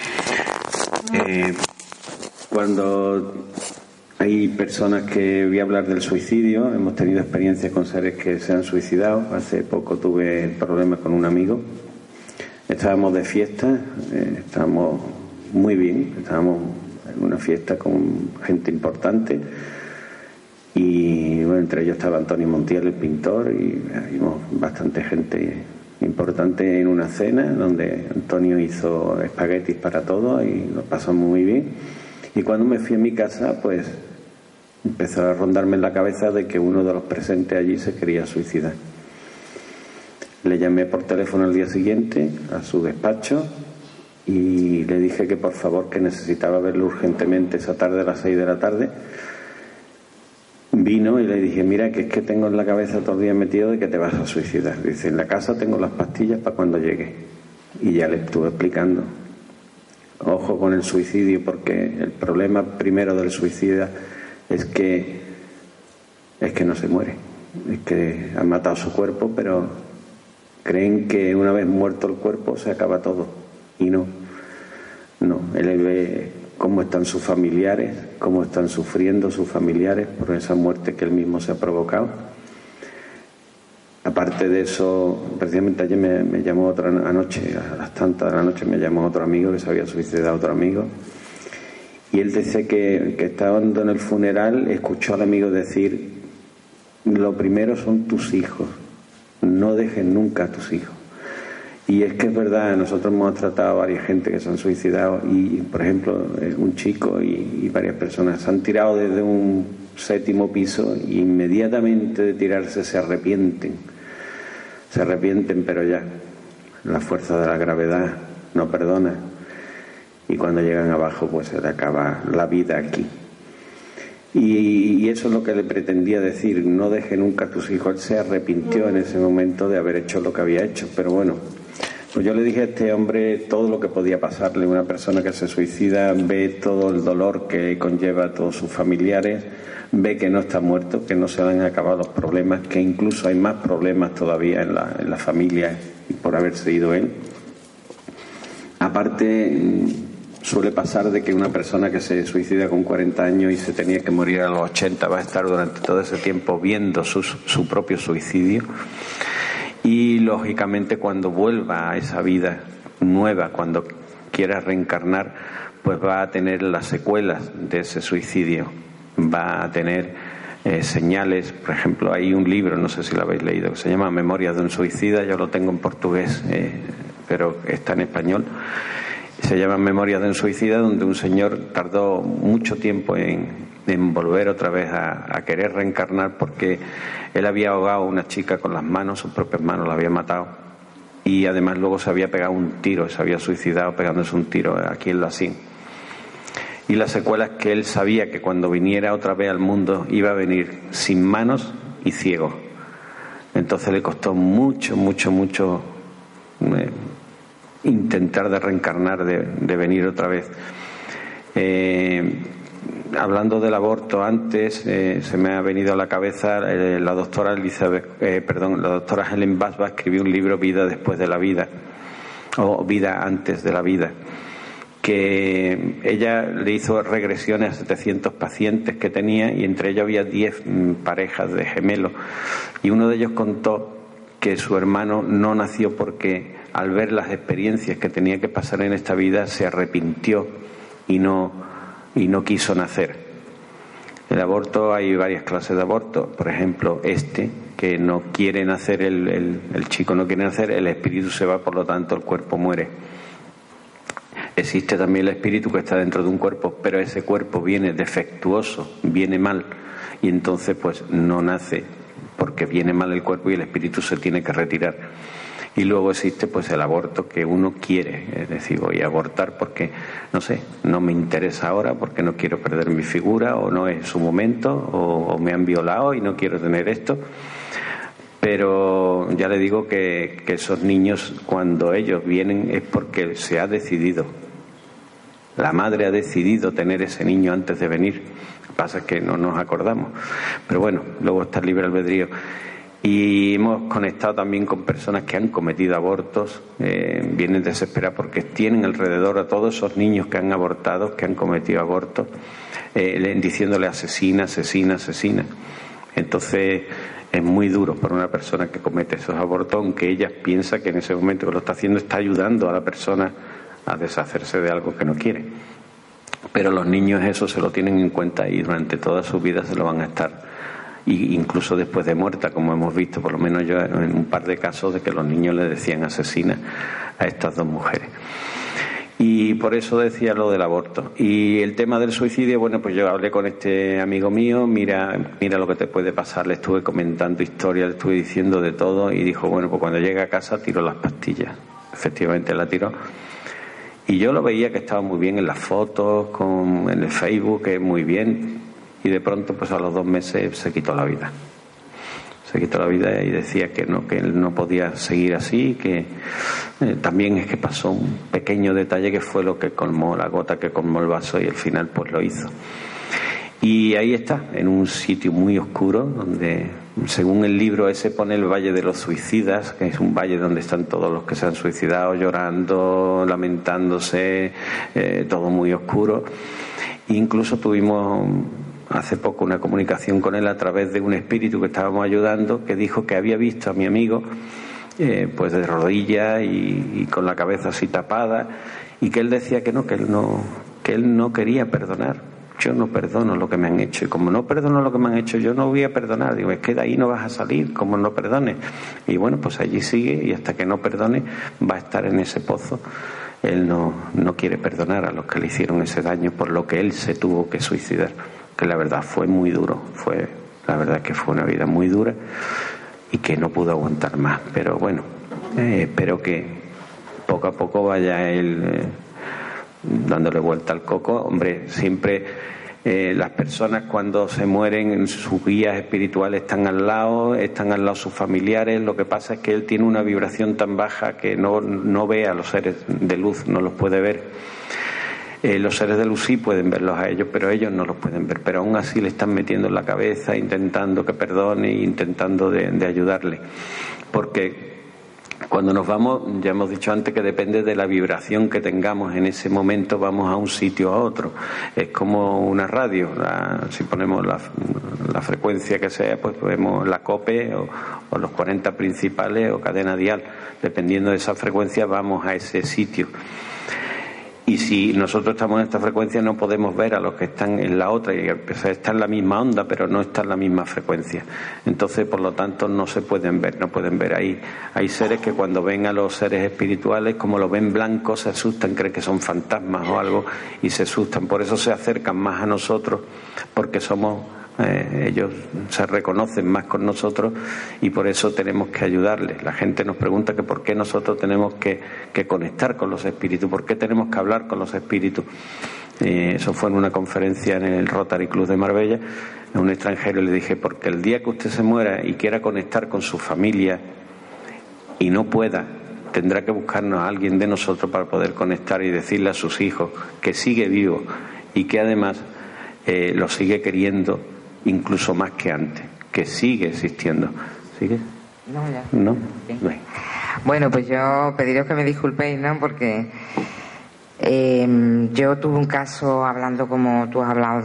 Cuando hay personas que voy a hablar del suicidio, hemos tenido experiencias con seres que se han suicidado. Hace poco tuve problemas con un amigo. Estábamos de fiesta, estábamos muy bien. Estábamos en una fiesta con gente importante y bueno, entre ellos estaba Antonio Montiel, el pintor, y vimos bastante gente importante en una cena donde Antonio hizo espaguetis para todos y lo pasamos muy bien. Y cuando me fui a mi casa, pues empezó a rondarme en la cabeza de que uno de los presentes allí se quería suicidar. Le llamé por teléfono al día siguiente a su despacho y le dije que por favor, que necesitaba verlo urgentemente esa tarde a las 6 de la tarde. Vino y le dije, mira, que es que tengo en la cabeza todo el día metido de que te vas a suicidar. Dice, en la casa tengo las pastillas para cuando llegue. Y ya le estuve explicando. Ojo con el suicidio, porque el problema primero del suicida es que no se muere. Es que han matado su cuerpo, pero creen que una vez muerto el cuerpo se acaba todo. Y no. Él ve cómo están sus familiares, cómo están sufriendo sus familiares por esa muerte que él mismo se ha provocado. Aparte de eso, precisamente ayer me llamó otra anoche, a las tantas de la noche me llamó otro amigo que se había suicidado, otro amigo, y él dice que estando en el funeral escuchó al amigo decir, lo primero son tus hijos, no dejes nunca a tus hijos. Y es que es verdad, nosotros hemos tratado a varias gente que se han suicidado y, por ejemplo, un chico y varias personas se han tirado desde un 7º piso y inmediatamente de tirarse se arrepienten, pero ya la fuerza de la gravedad no perdona y cuando llegan abajo pues se le acaba la vida aquí. Y eso es lo que le pretendía decir, no deje nunca a tus hijos. Él se arrepintió en ese momento de haber hecho lo que había hecho, pero bueno, pues yo le dije a este hombre todo lo que podía pasarle. Una persona que se suicida ve todo el dolor que conlleva a todos sus familiares, ve que no está muerto, que no se le han acabado los problemas, que incluso hay más problemas todavía en la familia por haberse ido él. Aparte, suele pasar de que una persona que se suicida con 40 años y se tenía que morir a los 80 va a estar durante todo ese tiempo viendo su propio suicidio. Y lógicamente cuando vuelva a esa vida nueva, cuando quiera reencarnar, pues va a tener las secuelas de ese suicidio, va a tener señales. Por ejemplo, hay un libro, no sé si lo habéis leído, que se llama Memorias de un suicida. Yo lo tengo en portugués, pero está en español. Se llama Memorias de un suicida, donde un señor tardó mucho tiempo en volver otra vez a querer reencarnar, porque él había ahogado a una chica con las manos, sus propias manos, la había matado, y además luego se había pegado un tiro, se había suicidado pegándose un tiro aquí en la sien. Y la secuela es que él sabía que cuando viniera otra vez al mundo iba a venir sin manos y ciego. Entonces le costó mucho intentar de reencarnar, de venir otra vez. Hablando del aborto antes, se me ha venido a la cabeza la doctora Helen Basba escribió un libro, Vida después de la vida, o Vida antes de la vida, que ella le hizo regresiones a 700 pacientes que tenía, y entre ellos había 10 parejas de gemelos, y uno de ellos contó que su hermano no nació porque al ver las experiencias que tenía que pasar en esta vida se arrepintió y no quiso nacer. El aborto, hay varias clases de aborto. Por ejemplo, que no quiere nacer, el chico no quiere nacer, el espíritu se va, por lo tanto el cuerpo muere. Existe también el espíritu que está dentro de un cuerpo, pero ese cuerpo viene defectuoso, viene mal, y entonces pues no nace porque viene mal el cuerpo y el espíritu se tiene que retirar. Y luego existe pues el aborto que uno quiere, es decir, voy a abortar porque, no sé, no me interesa ahora, porque no quiero perder mi figura, o no es su momento, o me han violado y no quiero tener esto. Pero ya le digo que esos niños, cuando ellos vienen, es porque se ha decidido. La madre ha decidido tener ese niño antes de venir. Lo que pasa es que no nos acordamos. Pero bueno, luego está el libre albedrío. Y hemos conectado también con personas que han cometido abortos, vienen desesperadas porque tienen alrededor a todos esos niños que han abortado, que han cometido abortos, diciéndole asesina, asesina, asesina. Entonces es muy duro para una persona que comete esos abortos, aunque ella piensa que en ese momento que lo está haciendo está ayudando a la persona a deshacerse de algo que no quiere. Pero los niños eso se lo tienen en cuenta y durante toda su vida se lo van a estar, y incluso después de muerta, como hemos visto, por lo menos yo en un par de casos de que los niños le decían asesina a estas dos mujeres. Y por eso decía lo del aborto. Y el tema del suicidio, bueno, pues yo hablé con este amigo mío, mira lo que te puede pasar, le estuve comentando historias, le estuve diciendo de todo, y dijo, bueno, pues cuando llegue a casa tiro las pastillas. Efectivamente la tiró. Y yo lo veía que estaba muy bien en las fotos, en el Facebook, muy bien. Y de pronto, pues a los 2 meses se quitó la vida. Se quitó la vida y decía que él no podía seguir así, que también es que pasó un pequeño detalle que fue lo que colmó, la gota que colmó el vaso, y al final pues lo hizo. Y ahí está, en un sitio muy oscuro, donde según el libro ese pone el Valle de los Suicidas, que es un valle donde están todos los que se han suicidado, llorando, lamentándose, todo muy oscuro. E incluso tuvimos hace poco una comunicación con él a través de un espíritu que estábamos ayudando, que dijo que había visto a mi amigo pues de rodillas y con la cabeza así tapada, y que él decía que él no quería perdonar. Yo no perdono lo que me han hecho, y como no perdono lo que me han hecho, yo no voy a perdonar. Digo, es que de ahí no vas a salir, como no perdones. Y bueno, pues allí sigue, y hasta que no perdone va a estar en ese pozo. Él no quiere perdonar a los que le hicieron ese daño, por lo que él se tuvo que suicidar. Que la verdad fue muy duro, la verdad que fue una vida muy dura y que no pudo aguantar más. Pero bueno, espero que poco a poco vaya él dándole vuelta al coco. Hombre, siempre las personas cuando se mueren, sus guías espirituales están al lado sus familiares. Lo que pasa es que él tiene una vibración tan baja que no ve a los seres de luz, no los puede ver. Los seres de luz sí pueden verlos a ellos, pero ellos no los pueden ver. Pero aún así le están metiendo en la cabeza, intentando que perdone, intentando de ayudarle. Porque cuando nos vamos, ya hemos dicho antes que depende de la vibración que tengamos en ese momento, vamos a un sitio o a otro. Es como una radio, si ponemos la frecuencia que sea, pues vemos la COPE o los 40 principales o cadena dial. Dependiendo de esa frecuencia vamos a ese sitio. Y si nosotros estamos en esta frecuencia, no podemos ver a los que están en la otra, y está en la misma onda, pero no está en la misma frecuencia. Entonces, por lo tanto, no se pueden ver, no pueden ver ahí. Hay seres que cuando ven a los seres espirituales, como lo ven blancos, se asustan, creen que son fantasmas o algo, y se asustan. Por eso se acercan más a nosotros, porque ellos se reconocen más con nosotros, y por eso tenemos que ayudarles. La gente nos pregunta que por qué nosotros tenemos que conectar con los espíritus, por qué tenemos que hablar con los espíritus. Eso fue en una conferencia en el Rotary Club de Marbella, a un extranjero, y le dije, porque el día que usted se muera y quiera conectar con su familia y no pueda, tendrá que buscarnos a alguien de nosotros para poder conectar y decirle a sus hijos que sigue vivo y que además lo sigue queriendo incluso más que antes, que sigue existiendo. ¿Sigue? No, ya. ¿No? Sí. Bueno, pues yo pediros que me disculpéis, ¿no? Porque yo tuve un caso, hablando como tú has hablado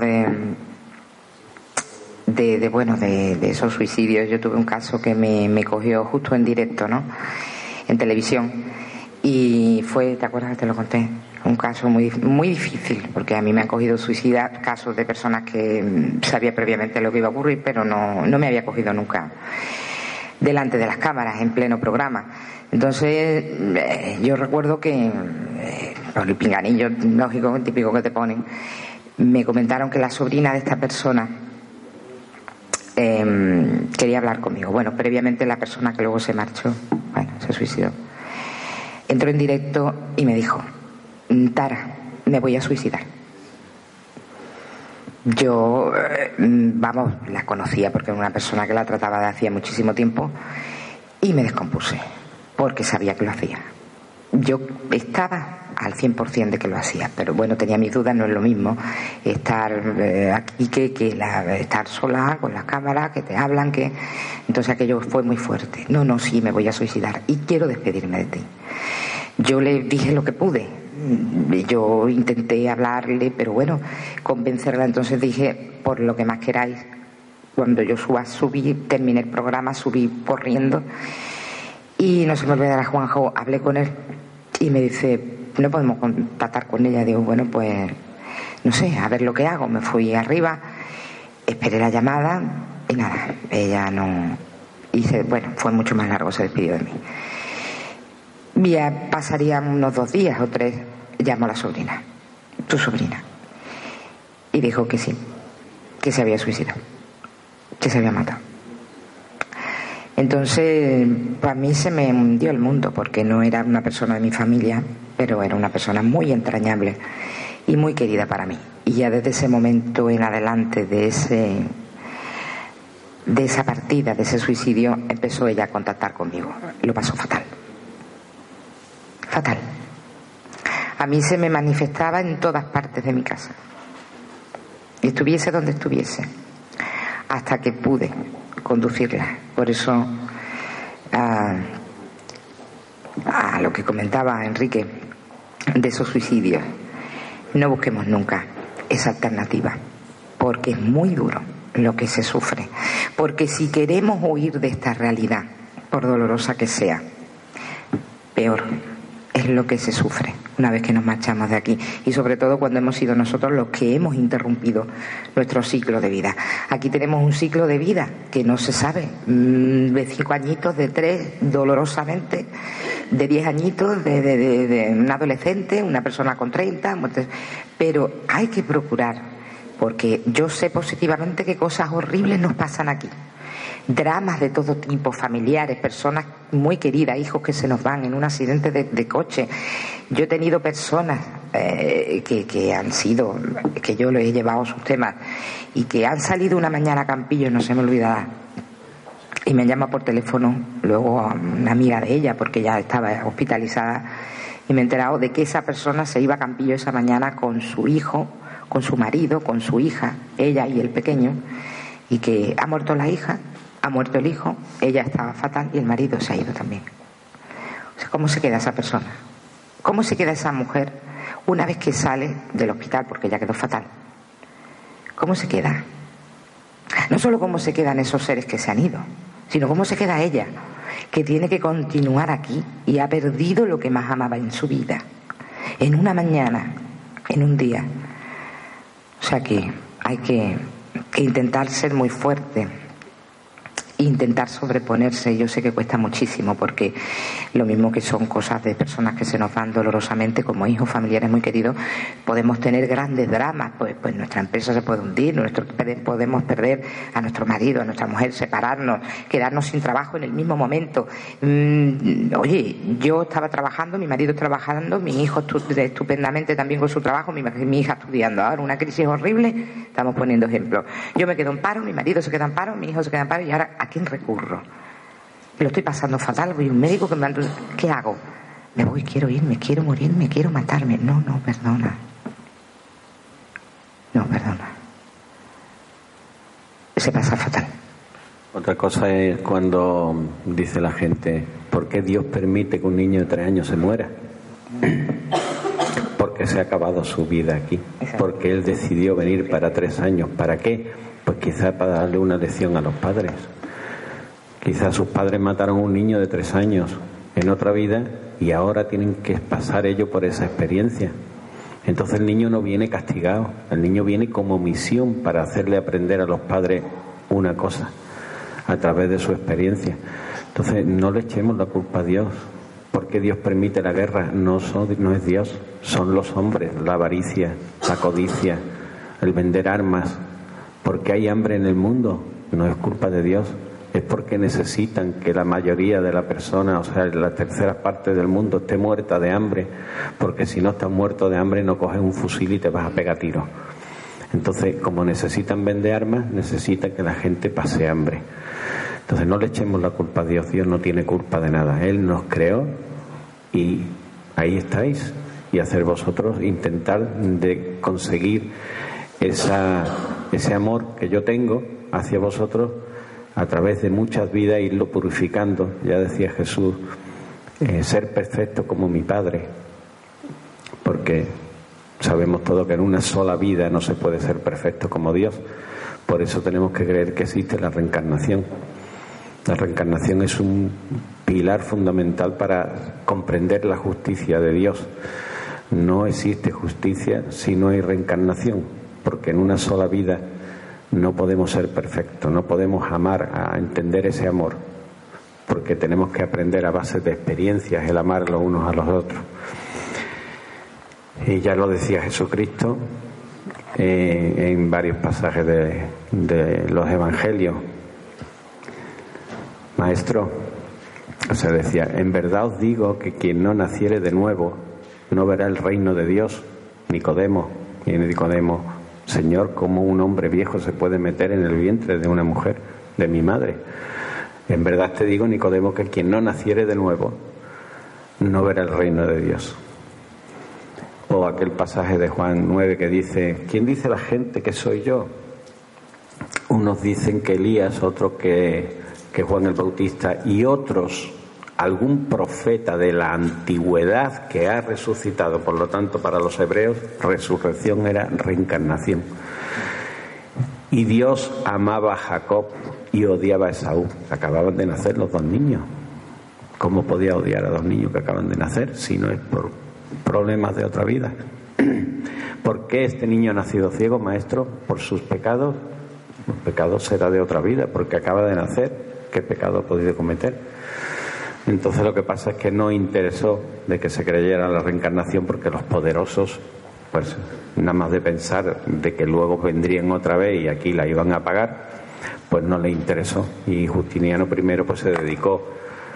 de esos suicidios. Yo tuve un caso que me cogió justo en directo, ¿no? En televisión. Y ¿te acuerdas que te lo conté? Un caso muy, muy difícil, porque a mí me han cogido suicidas, casos de personas que sabía previamente lo que iba a ocurrir, pero no me había cogido nunca delante de las cámaras, en pleno programa. Entonces, yo recuerdo que, por el pinganillo lógico, típico que te ponen, me comentaron que la sobrina de esta persona quería hablar conmigo. Bueno, previamente la persona que luego se marchó, se suicidó, entró en directo y me dijo: Tara, me voy a suicidar. Yo, la conocía porque era una persona que la trataba de hacía muchísimo tiempo, y me descompuse porque sabía que lo hacía. Yo estaba al 100% de que lo hacía, pero bueno, tenía mis dudas. No es lo mismo estar aquí que estar sola con las cámaras que te hablan, entonces aquello fue muy fuerte. No, sí, me voy a suicidar y quiero despedirme de ti. Yo le dije lo que pude. Yo intenté hablarle, pero bueno, convencerla. Entonces dije: por lo que más queráis, cuando yo subí, terminé el programa, subí corriendo, y no se me olvidará, Juanjo, hablé con él y me dice: no podemos contactar con ella. Digo, bueno, pues no sé, a ver lo que hago. Me fui arriba, esperé la llamada y nada, ella no... bueno, fue mucho más largo, se despidió de mí. Ya pasarían unos 2 días o 3, llamo a la sobrina, tu sobrina, y dijo que sí, que se había suicidado, que se había matado. Entonces, para mí se me hundió el mundo, porque no era una persona de mi familia, pero era una persona muy entrañable y muy querida para mí. Y ya desde ese momento en adelante, de esa partida, de ese suicidio, empezó ella a contactar conmigo. Lo pasó fatal. Fatal. A mí se me manifestaba en todas partes de mi casa. Estuviese donde estuviese. Hasta que pude conducirla. Por eso, a lo que comentaba Enrique, de esos suicidios, no busquemos nunca esa alternativa, porque es muy duro lo que se sufre. Porque si queremos huir de esta realidad, por dolorosa que sea, peor es lo que se sufre una vez que nos marchamos de aquí, y sobre todo cuando hemos sido nosotros los que hemos interrumpido nuestro ciclo de vida. Aquí tenemos un ciclo de vida que no se sabe, de 5 añitos, de 3 dolorosamente, de 10 añitos, de un adolescente, una persona con 30, pero hay que procurar, porque yo sé positivamente que cosas horribles nos pasan aquí. Dramas de todo tipo, familiares, personas muy queridas, hijos que se nos van en un accidente de coche. Yo he tenido personas que han sido, que yo les he llevado sus temas, y que han salido una mañana a Campillo, no se me olvidará, y me llama por teléfono luego a una amiga de ella, porque ya estaba hospitalizada, y me he enterado de que esa persona se iba a Campillo esa mañana con su hijo, con su marido, con su hija, ella y el pequeño, y que ha muerto la hija, ha muerto el hijo, ella estaba fatal y el marido se ha ido también. O sea, ¿cómo se queda esa persona? ¿Cómo se queda esa mujer una vez que sale del hospital, porque ya quedó fatal? ¿Cómo se queda? No solo cómo se quedan esos seres que se han ido, sino cómo se queda ella, que tiene que continuar aquí y ha perdido lo que más amaba en su vida, en una mañana, en un día. O sea que hay que intentar ser muy fuerte, intentar sobreponerse. Yo sé que cuesta muchísimo, porque lo mismo que son cosas de personas que se nos van dolorosamente, como hijos, familiares muy queridos, podemos tener grandes dramas, pues nuestra empresa se puede hundir, podemos perder a nuestro marido, a nuestra mujer, separarnos, quedarnos sin trabajo en el mismo momento. Oye, yo estaba trabajando, mi marido trabajando, mi hijo estupendamente también con su trabajo, mi hija estudiando. Ahora una crisis horrible, estamos poniendo ejemplos. Yo me quedo en paro, mi marido se queda en paro, mi hijo se queda en paro, y ahora ¿a quién recurro? Lo estoy pasando fatal, voy a un médico que me anda... ¿Qué hago? Me voy, quiero irme, quiero morirme, quiero matarme. No, perdona. No, perdona. Se pasa fatal. Otra cosa es cuando dice la gente, ¿por qué Dios permite que un niño de 3 años se muera? Porque se ha acabado su vida aquí. Exacto. Porque Él decidió venir para 3 años. ¿Para qué? Pues quizás para darle una lección a los padres. Quizás sus padres mataron a un niño de 3 años en otra vida y ahora tienen que pasar ellos por esa experiencia. Entonces el niño no viene castigado, el niño viene como misión para hacerle aprender a los padres una cosa a través de su experiencia. Entonces no le echemos la culpa a Dios. ¿Por qué Dios permite la guerra? No es Dios, son los hombres, la avaricia, la codicia, el vender armas. ¿Por qué hay hambre en el mundo? No es culpa de Dios. Es porque necesitan que la mayoría de la persona, o sea, la tercera parte del mundo, esté muerta de hambre, porque si no estás muerto de hambre no coges un fusil y te vas a pegar tiros. Entonces, como necesitan vender armas, necesitan que la gente pase hambre. Entonces no le echemos la culpa a Dios. Dios no tiene culpa de nada. Él nos creó y ahí estáis. Y hacer vosotros, intentar de conseguir ese amor que yo tengo hacia vosotros, a través de muchas vidas, irlo purificando. Ya decía Jesús, ser perfecto como mi Padre, porque sabemos todos que en una sola vida no se puede ser perfecto como Dios. Por eso tenemos que creer que existe la reencarnación. La reencarnación es un pilar fundamental para comprender la justicia de Dios, No existe justicia si no hay reencarnación, porque en una sola vida no podemos ser perfectos, no podemos amar, a entender ese amor, porque tenemos que aprender a base de experiencias el amar los unos a los otros. Y ya lo decía Jesucristo en varios pasajes de los evangelios. Maestro, decía, en verdad os digo que quien no naciere de nuevo no verá el reino de Dios. Nicodemo, Señor, ¿cómo un hombre viejo se puede meter en el vientre de una mujer, de mi madre? En verdad te digo, Nicodemo, que quien no naciere de nuevo no verá el reino de Dios. O aquel pasaje de Juan 9 que dice, ¿quién dice la gente que soy yo? Unos dicen que Elías, otros que Juan el Bautista, y otros algún profeta de la antigüedad que ha resucitado. Por lo tanto, para los hebreos, resurrección era reencarnación. Y Dios amaba a Jacob y odiaba a Esaú. Acababan de nacer los dos niños. ¿Cómo podía odiar a dos niños que acaban de nacer si no es por problemas de otra vida? ¿Por qué este niño ha nacido ciego, maestro? ¿Por sus pecados? Los pecados será de otra vida, porque acaba de nacer. ¿Qué pecado ha podido cometer? Entonces lo que pasa es que no interesó de que se creyera la reencarnación, porque los poderosos, pues nada más de pensar de que luego vendrían otra vez y aquí la iban a pagar, pues no le interesó. Y Justiniano I pues se dedicó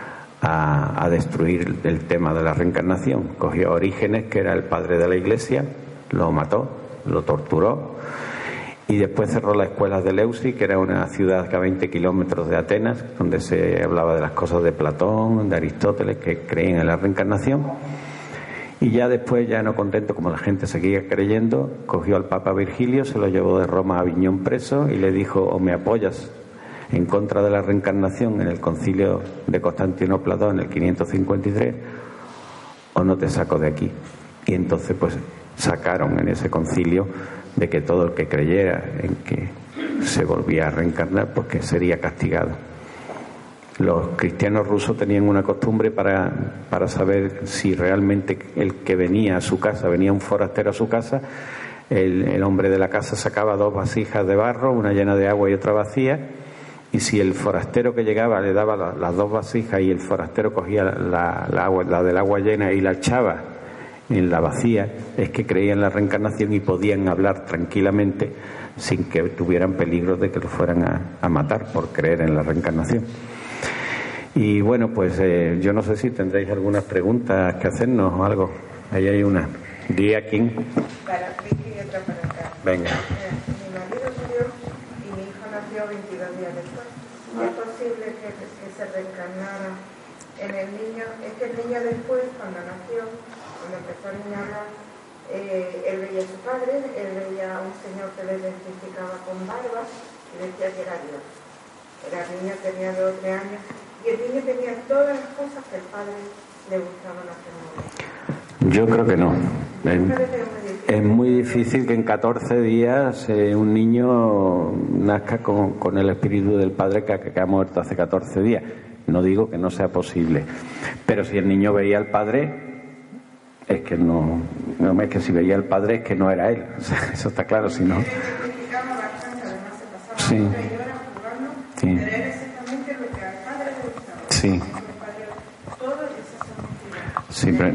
a destruir el tema de la reencarnación. Cogió a Orígenes, que era el padre de la Iglesia, lo mató, lo torturó, y después cerró las escuelas de Eleusis, que era una ciudad que a 20 kilómetros de Atenas, donde se hablaba de las cosas de Platón, de Aristóteles, que creían en la reencarnación. Y ya después, ya no contento, como la gente seguía creyendo, cogió al Papa Virgilio, se lo llevó de Roma a Aviñón preso y le dijo, o me apoyas en contra de la reencarnación en el concilio de Constantinopla II en el 553, o no te saco de aquí. Y entonces pues sacaron en ese concilio de que todo el que creyera en que se volvía a reencarnar, pues que sería castigado. Los cristianos rusos tenían una costumbre para saber si realmente el que venía a su casa, venía un forastero a su casa, el hombre de la casa sacaba 2 vasijas de barro, una llena de agua y otra vacía, y si el forastero que llegaba le daba las 2 vasijas y el forastero cogía la del agua llena y la echaba en la vacía, es que creían en la reencarnación y podían hablar tranquilamente sin que tuvieran peligro de que lo fueran a matar por creer en la reencarnación. Y bueno, pues yo no sé si tendréis algunas preguntas que hacernos o algo. Ahí hay una. Di aquí. Para Vicky y otra para acá. Venga. Mi marido murió y mi hijo nació 22 días después. ¿Es posible que se reencarnara en el niño? Es que el niño después, cuando nació, cuando empezó el niño a hablar, él veía a su padre, él veía a un señor que le identificaba con barba y decía que era Dios. El niño tenía 2 o 3 años y el niño tenía todas las cosas que el padre le gustaban hacer. Yo creo que no. Es muy difícil que en 14 días un niño nazca con el espíritu del padre que ha muerto hace 14 días. No digo que no sea posible, pero si el niño veía al padre, es que no es que si veía al padre es que no era él. O sea, eso está claro, si no. Sí. Sí. Sí. Sí, pero...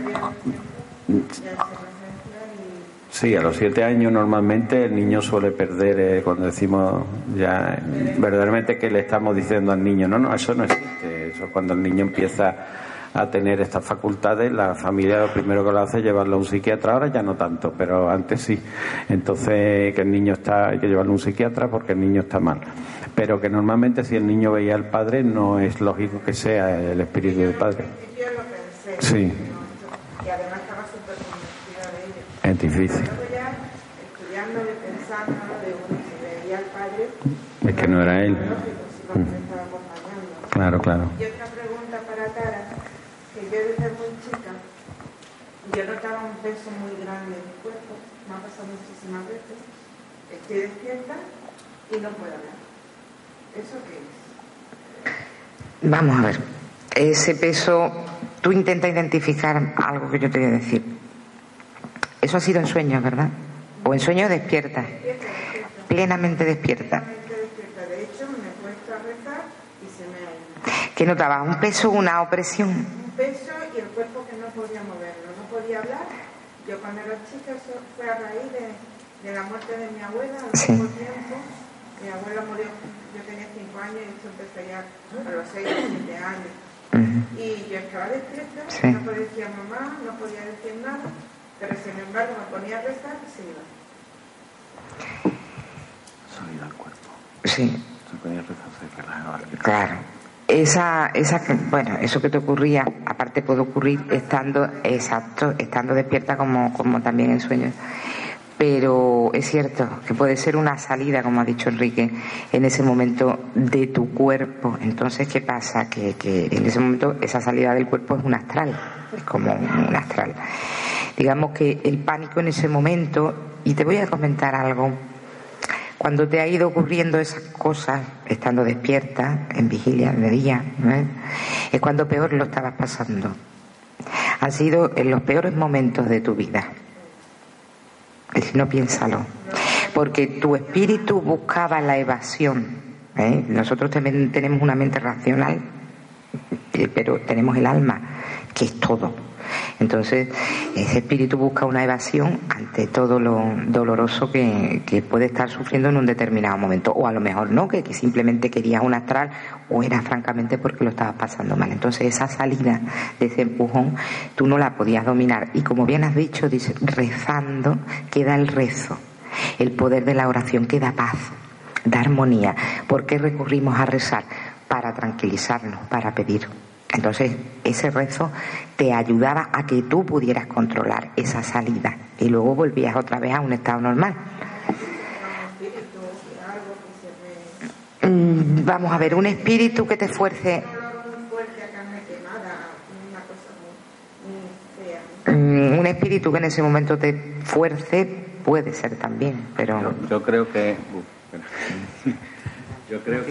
Sí, a los 7 años normalmente el niño suele perder, cuando decimos ya verdaderamente que le estamos diciendo al niño, no, eso no existe. Eso es cuando el niño empieza a tener estas facultades, la familia lo primero que lo hace es llevarlo a un psiquiatra. Ahora ya no tanto, pero antes sí. Entonces que el niño hay que llevarlo a un psiquiatra porque el niño está mal. Pero que normalmente si el niño veía al padre no es lógico que sea el espíritu del padre. Sí. Y además estaba súper convencida de ello. Es difícil. Luego ya, estudiando y pensando de uno que veía al padre, es que no era él. Estaba acompañando. Claro. Y otra pregunta para Tara, que yo desde muy chica, yo notaba un peso muy grande en mi cuerpo, me ha pasado muchísimas veces, estoy despierta y no puedo hablar. ¿Eso qué es? Vamos a ver, ese peso, tú intenta identificar algo que yo te voy a decir. Eso ha sido en sueños, ¿verdad? ¿O en sueños despierta? Plenamente despierta. De hecho, me he puesto a rezar y se me ha ido. ¿Qué notabas? ¿Un peso, una opresión? Un peso y el cuerpo que no podía moverlo, no podía hablar. Yo cuando era chica, eso fue a raíz de la muerte de mi abuela, al poco tiempo. Mi abuela murió, yo tenía 5 años y esto empezó ya a los 6 o 7 años. Y yo estaba despierta, no podía decir mamá, no podía decir nada, pero sin embargo me ponía a rezar y se iba. Salida al cuerpo. Sí. Se ponía a rezar, se relajaba. Claro. Bueno, eso que te ocurría, aparte puede ocurrir estando despierta como también en sueños. Pero es cierto que puede ser una salida, como ha dicho Enrique, en ese momento de tu cuerpo. Entonces, ¿qué pasa? Que en ese momento esa salida del cuerpo es un astral, es como un astral. Digamos que el pánico en ese momento, y te voy a comentar algo, cuando te ha ido ocurriendo esas cosas, estando despierta, en vigilia de día, ¿no? Es cuando peor lo estabas pasando. Han sido en los peores momentos de tu vida. Y si no, piénsalo. Porque tu espíritu buscaba la evasión. Nosotros también tenemos una mente racional, pero tenemos el alma, que es todo. Entonces, ese espíritu busca una evasión ante todo lo doloroso que puede estar sufriendo en un determinado momento. O a lo mejor no, que simplemente querías un astral, o era francamente porque lo estabas pasando mal. Entonces, esa salida de ese empujón, tú no la podías dominar. Y como bien has dicho, dice, rezando, queda el rezo. El poder de la oración, que da paz, da armonía. ¿Por qué recurrimos a rezar? Para tranquilizarnos, para pedir. Entonces, ese rezo te ayudaba a que tú pudieras controlar esa salida y luego volvías otra vez a un estado normal. Vamos a ver, un espíritu que te fuerce. Un espíritu que en ese momento te fuerce puede ser también, pero yo creo que yo creo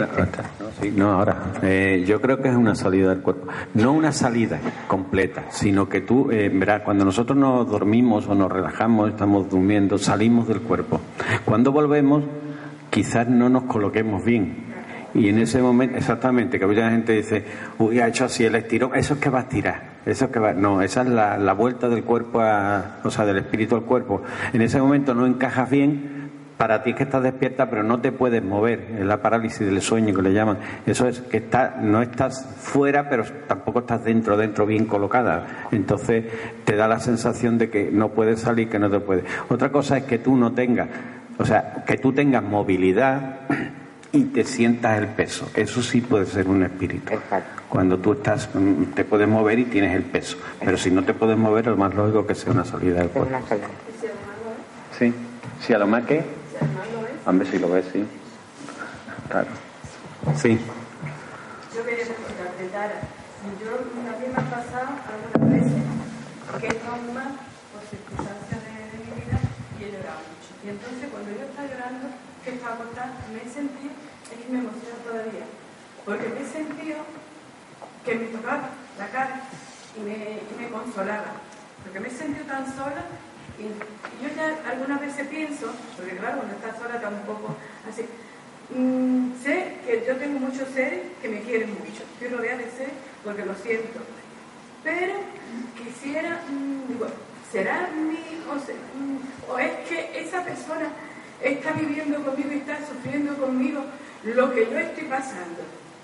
que es una salida del cuerpo, no una salida completa, sino que tú verás, cuando nosotros nos dormimos o nos relajamos, estamos durmiendo, salimos del cuerpo. Cuando volvemos, quizás no nos coloquemos bien. Y en ese momento, exactamente, que mucha gente dice, uy, ha hecho así el estirón, eso es que va a estirar, eso es que va, no, esa es la vuelta del cuerpo, del espíritu al cuerpo. En ese momento no encajas bien. Para ti es que estás despierta, pero no te puedes mover. Es la parálisis del sueño que le llaman. Eso es que no estás fuera, pero tampoco estás dentro bien colocada. Entonces te da la sensación de que no puedes salir, que no te puedes. Otra cosa es que tú no tengas, que tú tengas movilidad y te sientas el peso. Eso sí puede ser un espíritu. Exacto. Cuando tú estás, te puedes mover y tienes el peso. Pero si no te puedes mover, lo más lógico es que sea una salida del cuerpo. Sí. Si a lo más que... Hombre, si lo ves, sí. Claro. Sí. Yo quería preguntarte, Tara, yo a mí me ha pasado algunas veces que es normal por circunstancias de mi vida y he llorado mucho. Y entonces cuando yo estaba llorando, que estaba acostada, me he sentido, es que me emociona todavía, porque me he sentido que me tocaba la cara y me consolaba, porque me he sentido tan sola. Y yo ya algunas veces pienso, porque claro, cuando estás sola está un poco así, sé que yo tengo muchos seres que me quieren mucho, estoy rodeada de seres porque lo siento, pero quisiera, digo, ¿será mi o es que esa persona está viviendo conmigo y está sufriendo conmigo lo que yo estoy pasando?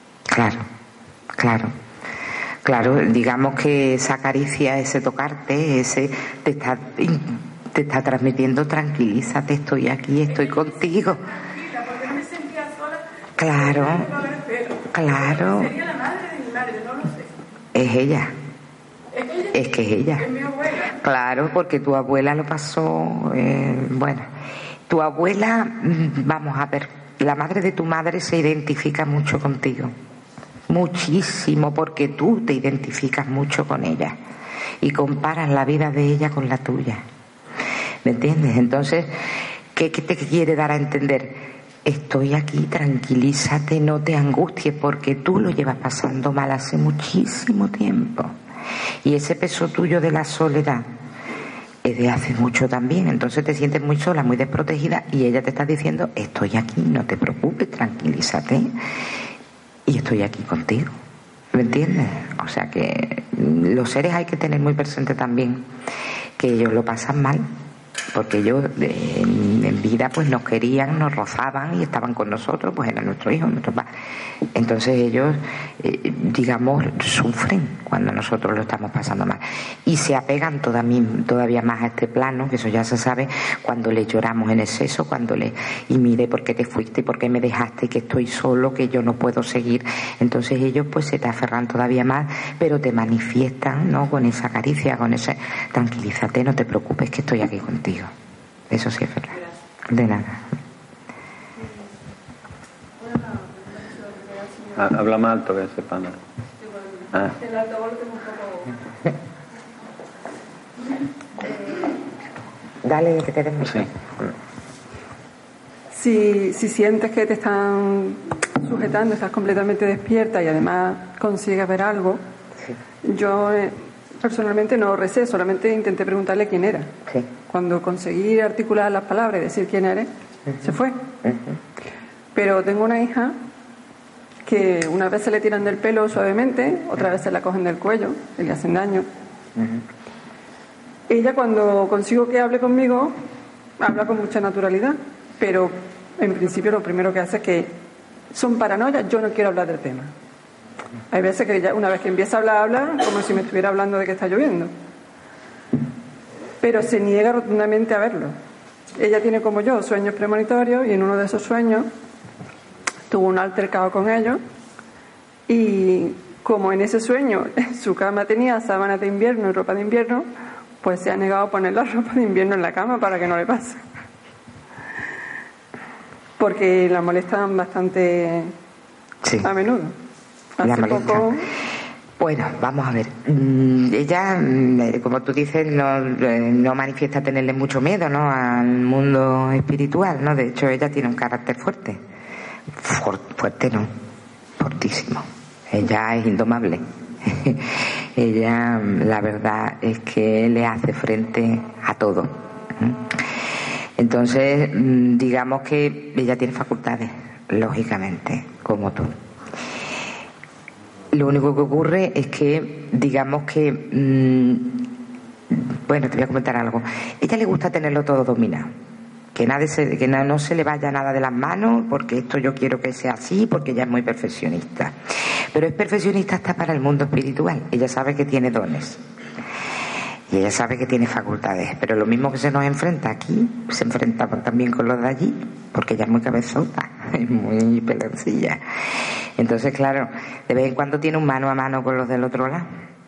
Claro, digamos que esa caricia, ese tocarte, ese te está transmitiendo, tranquilízate, estoy aquí, estoy contigo. Porque no me sentía sola. Claro. Sería la madre de mi madre, no lo sé. Es ella. Es que es ella. Es mi abuela. Claro, porque tu abuela lo pasó, tu abuela, vamos a ver, la madre de tu madre se identifica mucho contigo. Muchísimo, porque tú te identificas mucho con ella y comparas la vida de ella con la tuya. ¿Me entiendes? Entonces, ¿qué te quiere dar a entender? Estoy aquí, tranquilízate, no te angusties, porque tú lo llevas pasando mal hace muchísimo tiempo. Y ese peso tuyo de la soledad es de hace mucho también, entonces te sientes muy sola, muy desprotegida, y ella te está diciendo: estoy aquí, no te preocupes, tranquilízate, y estoy aquí contigo. ¿Me entiendes? O sea que los seres hay que tener muy presente también que ellos lo pasan mal, porque ellos en vida pues nos querían, nos rozaban y estaban con nosotros, pues eran nuestros hijos, nuestros padres. Entonces ellos, digamos, sufren cuando nosotros lo estamos pasando mal y se apegan todavía más a este plano, que eso ya se sabe, cuando le lloramos en exceso, y mire por qué te fuiste, por qué me dejaste, que estoy solo, que yo no puedo seguir. Entonces ellos pues se te aferran todavía más, pero te manifiestan, ¿no?, con esa caricia, con ese: tranquilízate, no te preocupes, que estoy aquí contigo. Eso sí es verdad. De nada. Habla más alto, que sepa nada. El altavoz lo tengo un poco... Dale, que te den. Sí. Si sientes que te están sujetando, estás completamente despierta y además consigues ver algo, yo personalmente no recé, solamente intenté preguntarle quién era. Sí. Cuando conseguí articular las palabras y decir quién eres, se fue. Pero tengo una hija que una vez se le tiran del pelo suavemente, otra vez se la cogen del cuello y le hacen daño. Ella, cuando consigo que hable conmigo, habla con mucha naturalidad, pero en principio lo primero que hace es que son paranoias: yo no quiero hablar del tema. Hay veces que ella, una vez que empieza a hablar como si me estuviera hablando de que está lloviendo, pero se niega rotundamente a verlo. Ella tiene, como yo, sueños premonitorios, y en uno de esos sueños tuvo un altercado con ellos, y como en ese sueño su cama tenía sábanas de invierno y ropa de invierno, pues se ha negado a poner la ropa de invierno en la cama para que no le pase, porque la molestan bastante a menudo. Hace poco... Bueno, vamos a ver. Ella, como tú dices, no manifiesta tenerle mucho miedo, ¿no?, al mundo espiritual, ¿no? De hecho, ella tiene un carácter fuerte. Fuerte no, fortísimo. Ella es indomable. Ella, la verdad es que le hace frente a todo. Entonces, digamos que ella tiene facultades, lógicamente, como tú. Lo único que ocurre es que, digamos que, bueno, te voy a comentar algo. A ella le gusta tenerlo todo dominado. Que no se le vaya nada de las manos, porque esto yo quiero que sea así, porque ella es muy perfeccionista. Pero es perfeccionista hasta para el mundo espiritual. Ella sabe que tiene dones. Y ella sabe que tiene facultades. Pero lo mismo que se nos enfrenta aquí, se enfrenta también con los de allí, porque ella es muy cabezota, es muy peloncilla. Entonces, claro, de vez en cuando tiene un mano a mano con los del otro lado.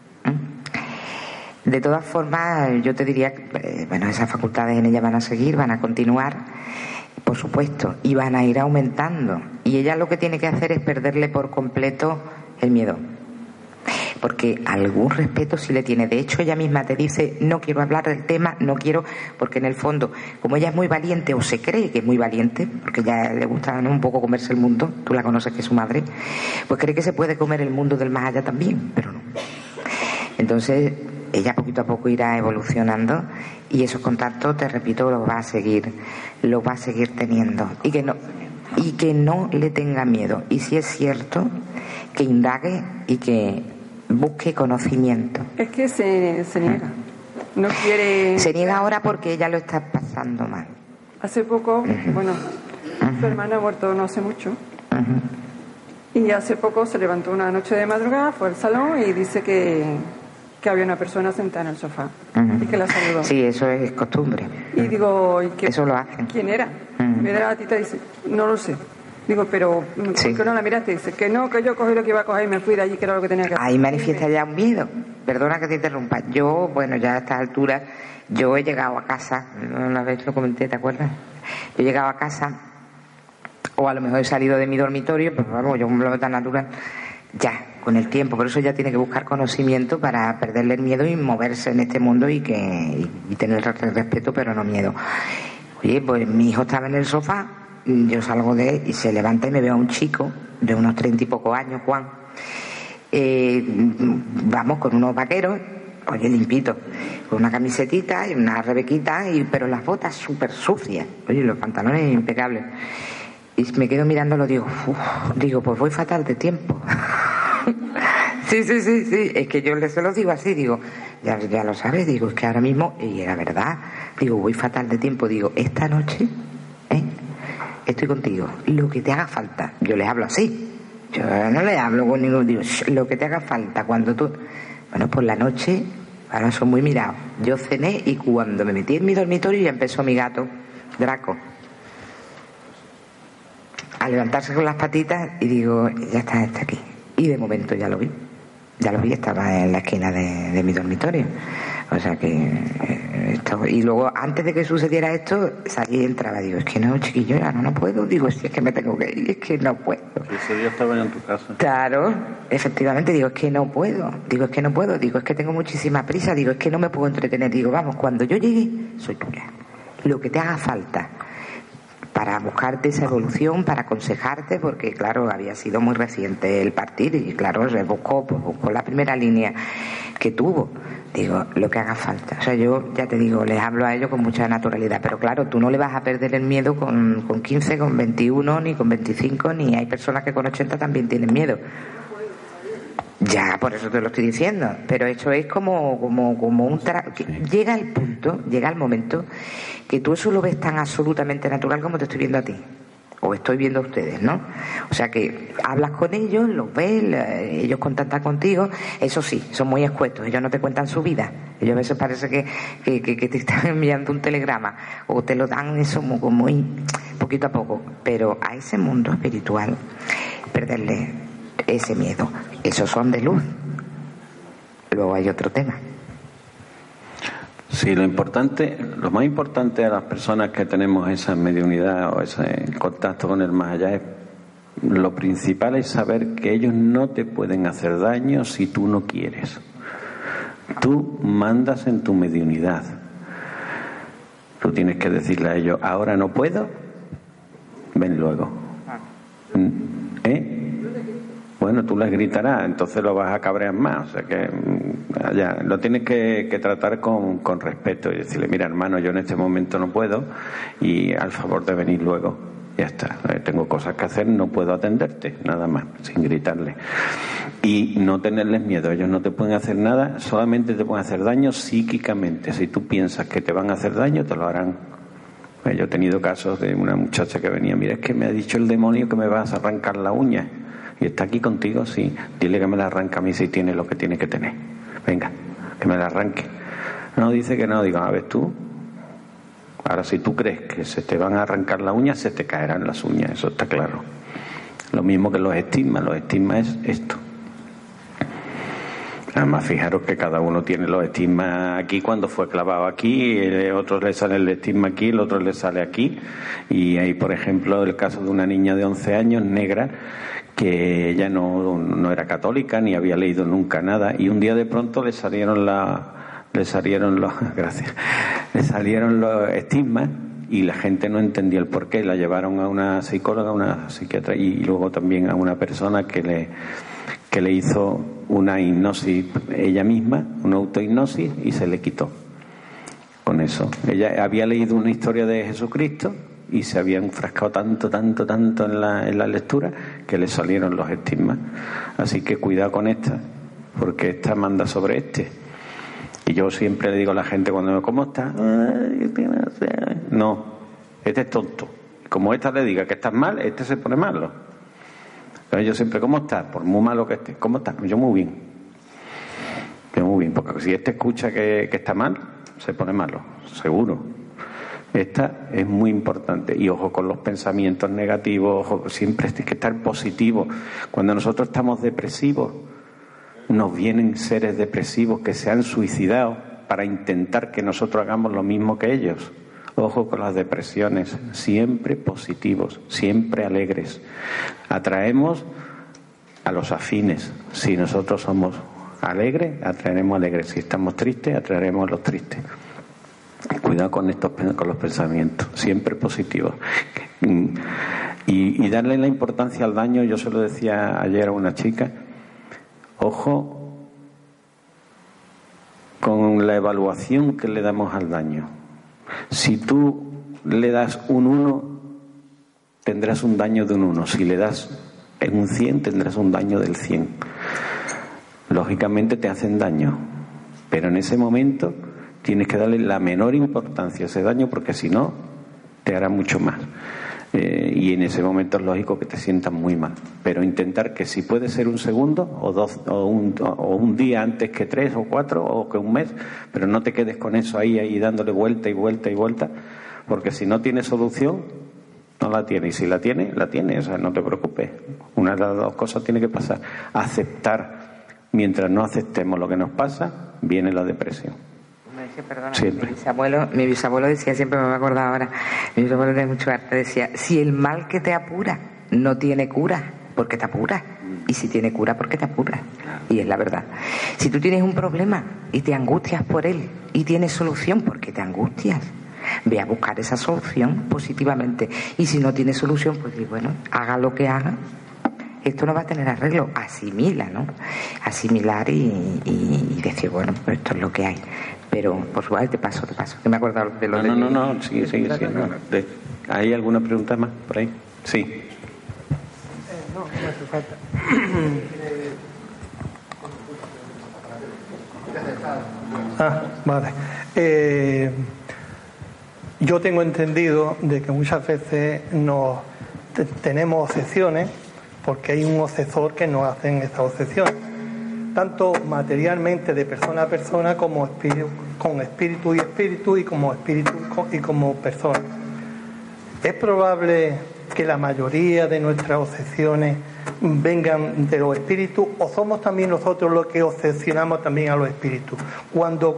De todas formas, yo te diría que, bueno, esas facultades en ella van a seguir, van a continuar, por supuesto, y van a ir aumentando. Y ella lo que tiene que hacer es perderle por completo el miedo. Porque algún respeto sí le tiene. De hecho, ella misma te dice: no quiero hablar del tema, no quiero, porque en el fondo, como ella es muy valiente, o se cree que es muy valiente, porque ella le gusta, ¿no?, un poco comerse el mundo, tú la conoces, que es su madre, pues cree que se puede comer el mundo del más allá también, pero no. Entonces, ella poquito a poco irá evolucionando, y esos contactos, te repito, los va a seguir teniendo, y que no le tenga miedo. Y si es cierto, que indague y que busque conocimiento. Es que se niega, no quiere. Se niega ahora porque ella lo está pasando mal. Hace poco, bueno, su hermana ha muerto no hace mucho, y hace poco se levantó una noche de madrugada, fue al salón y dice que había una persona sentada en el sofá y que la saludó. Sí, eso es costumbre. Y digo, ¿y qué? Eso lo hacen. ¿Quién era? Me da la tita y dice: no lo sé. Digo, pero ¿por qué no la miraste? Dice que no, que yo cogí lo que iba a coger y me fui de allí, que era lo que tenía que hacer. Ahí manifiesta ya un miedo. Perdona que te interrumpa. Yo, bueno, ya a estas alturas, yo he llegado a casa, una vez lo comenté, ¿te acuerdas? Yo he llegado a casa, o a lo mejor he salido de mi dormitorio, pues vamos, yo lo veo tan natural, ya, con el tiempo. Por eso ella tiene que buscar conocimiento para perderle el miedo y moverse en este mundo y tener respeto, pero no miedo. Oye, pues mi hijo estaba en el sofá, yo salgo de él y se levanta y me veo a un chico de unos 30 y pocos años, Juan, vamos, con unos vaqueros, oye, limpito, con una camisetita y una rebequita, pero las botas súper sucias, oye, los pantalones impecables. Y me quedo mirándolo, digo, pues voy fatal de tiempo. Sí, es que yo se lo digo así, digo, ya lo sabes, digo, es que ahora mismo, y era verdad, digo, voy fatal de tiempo, digo, esta noche, estoy contigo, lo que te haga falta, yo les hablo así, yo no les hablo con ningún, digo, lo que te haga falta, cuando tú, bueno, por la noche, ahora son muy mirados, yo cené y cuando me metí en mi dormitorio ya empezó mi gato, Draco, a levantarse con las patitas y digo, ya está aquí, y de momento ya lo vi, estaba en la esquina de mi dormitorio, o sea que y luego antes de que sucediera esto salí y entraba, digo, es que no, chiquillo, ya no puedo, digo, si es que me tengo que ir, es que no puedo. Ese día estaba en tu casa. Claro, efectivamente, digo, es que no puedo, digo, es que tengo muchísima prisa, digo, es que no me puedo entretener, digo, vamos, cuando yo llegue soy tuya, lo que te haga falta para buscarte esa evolución, para aconsejarte, porque claro, había sido muy reciente el partir y claro, se buscó la primera línea que tuvo, digo, lo que haga falta. O sea, yo ya te digo, les hablo a ellos con mucha naturalidad, pero claro, tú no le vas a perder el miedo con 15, con 21, ni con 25, ni hay personas que con 80 también tienen miedo. Ya, por eso te lo estoy diciendo, pero esto es como un llega el momento que tú eso lo ves tan absolutamente natural como te estoy viendo a ti, o estoy viendo a ustedes, ¿no? O sea que hablas con ellos, los ves, ellos contactan contigo, eso sí, son muy escuetos, ellos no te cuentan su vida, ellos a veces parece que te están enviando un telegrama, o te lo dan eso muy poquito a poco, pero a ese mundo espiritual, perderle ese miedo, esos son de luz. Luego hay otro tema. Sí, lo más importante a las personas que tenemos esa mediunidad o ese contacto con el más allá, lo principal es saber que ellos no te pueden hacer daño si tú no quieres. Tú mandas en tu mediunidad. Tú tienes que decirle a ellos, ahora no puedo, ven luego. Bueno, tú les gritarás, entonces lo vas a cabrear más. O sea que ya lo tienes que tratar con respeto y decirle, mira hermano, yo en este momento no puedo y al favor de venir luego. Ya está, tengo cosas que hacer, no puedo atenderte, nada más, sin gritarle. Y no tenerles miedo, ellos no te pueden hacer nada, solamente te pueden hacer daño psíquicamente. Si tú piensas que te van a hacer daño, te lo harán. Yo he tenido casos de una muchacha que venía, mira, es que me ha dicho el demonio que me vas a arrancar la uña. ¿Y está aquí contigo? Sí. Dile que me la arranca a mí si tiene lo que tiene que tener. Venga, que me la arranque. No, dice que no. Digo, a ver tú. Ahora, si tú crees que se te van a arrancar las uñas, se te caerán las uñas. Eso está claro. Lo mismo que los estigmas. Los estigmas es esto. Además, fijaros que cada uno tiene los estigmas aquí cuando fue clavado aquí, otros le sale el estigma aquí, el otro le sale aquí. Y hay, por ejemplo, el caso de una niña de 11 años, negra, que ella no era católica ni había leído nunca nada, y un día de pronto le salieron los estigmas y la gente no entendía el porqué. La llevaron a una psicóloga, a una psiquiatra y luego también a una persona que le hizo una hipnosis ella misma, una autohipnosis, y se le quitó con eso. Ella había leído una historia de Jesucristo y se había enfrascado tanto en la lectura que le salieron los estigmas. Así que cuidado con esta, porque esta manda sobre este. Y yo siempre le digo a la gente cuando me ¿cómo está? No, este es tonto. Como esta le diga que estás mal, este se pone malo. Entonces yo siempre, ¿cómo estás? Por muy malo que esté. ¿Cómo estás? Yo muy bien. Porque si este escucha que está mal, se pone malo, seguro. Esta es muy importante. Y ojo con los pensamientos negativos, ojo, siempre hay que estar positivo. Cuando nosotros estamos depresivos, nos vienen seres depresivos que se han suicidado para intentar que nosotros hagamos lo mismo que ellos. Ojo con las depresiones, siempre positivos, siempre alegres. Atraemos a los afines. Si nosotros somos alegres, atraeremos alegres. Si estamos tristes, atraeremos a los tristes. Cuidado con los pensamientos, siempre positivos. Y darle la importancia al daño. Yo se lo decía ayer a una chica, ojo con la evaluación que le damos al daño. Si tú le das un 1, tendrás un daño de un 1. Si le das en un 100, tendrás un daño del 100. Lógicamente te hacen daño, pero en ese momento tienes que darle la menor importancia a ese daño, porque si no, te hará mucho más. Y en ese momento es lógico que te sientas muy mal. Pero intentar que si puede ser un segundo o dos, o un día antes que 3 o 4 o que un mes, pero no te quedes con eso ahí dándole vuelta y vuelta y vuelta, porque si no tiene solución, no la tiene. Y si la tiene, la tiene. O sea, no te preocupes. Una de las dos cosas tiene que pasar. Aceptar. Mientras no aceptemos lo que nos pasa, viene la depresión. Perdona, siempre. Mi bisabuelo decía, siempre me acordado ahora, mi bisabuelo de mucho arte decía: si el mal que te apura no tiene cura, ¿por qué te apura? Y si tiene cura, ¿por qué te apura? Y es la verdad. Si tú tienes un problema y te angustias por él y tienes solución, ¿por qué te angustias? Ve a buscar esa solución positivamente. Y si no tiene solución, pues bueno, haga lo que haga, esto no va a tener arreglo. Asimila, ¿no? Asimilar y decir, bueno, pues esto es lo que hay. Pero, por supuesto, te paso. Que me he acordado de lo de... No, sí. No. ¿Hay alguna pregunta más por ahí? Sí. No hace falta. Vale. Yo tengo entendido de que muchas veces tenemos obsesiones porque hay un obsesor que nos hacen estas obsesiones, tanto materialmente de persona a persona como con espíritu y espíritu, y como espíritu y como persona. Es probable que la mayoría de nuestras obsesiones vengan de los espíritus, o somos también nosotros los que obsesionamos también a los espíritus. Cuando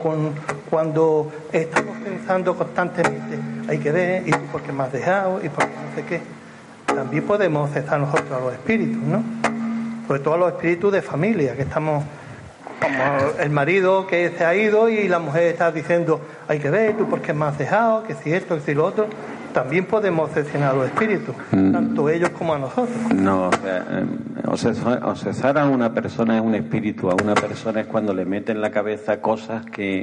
estamos pensando constantemente, hay que ver, y tú por qué me has dejado, y por qué no sé qué, también podemos obsesionar nosotros a los espíritus, ¿no? Sobre todo a los espíritus de familia, que estamos como el marido que se ha ido y la mujer está diciendo, hay que ver, tú por qué me has dejado, que si esto, que si lo otro. También podemos obsesionar a los espíritus, tanto ellos como a nosotros. No, obsesar a una persona es un espíritu, a una persona es cuando le mete en la cabeza cosas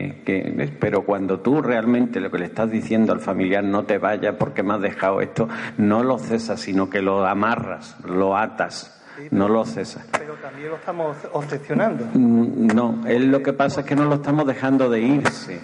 pero cuando tú realmente lo que le estás diciendo al familiar, no te vayas porque me has dejado esto, no lo cesas, sino que lo amarras, lo atas. Sí, no lo cesas. Pero también lo estamos obsesionando. No, lo que pasa es que no lo estamos dejando de irse.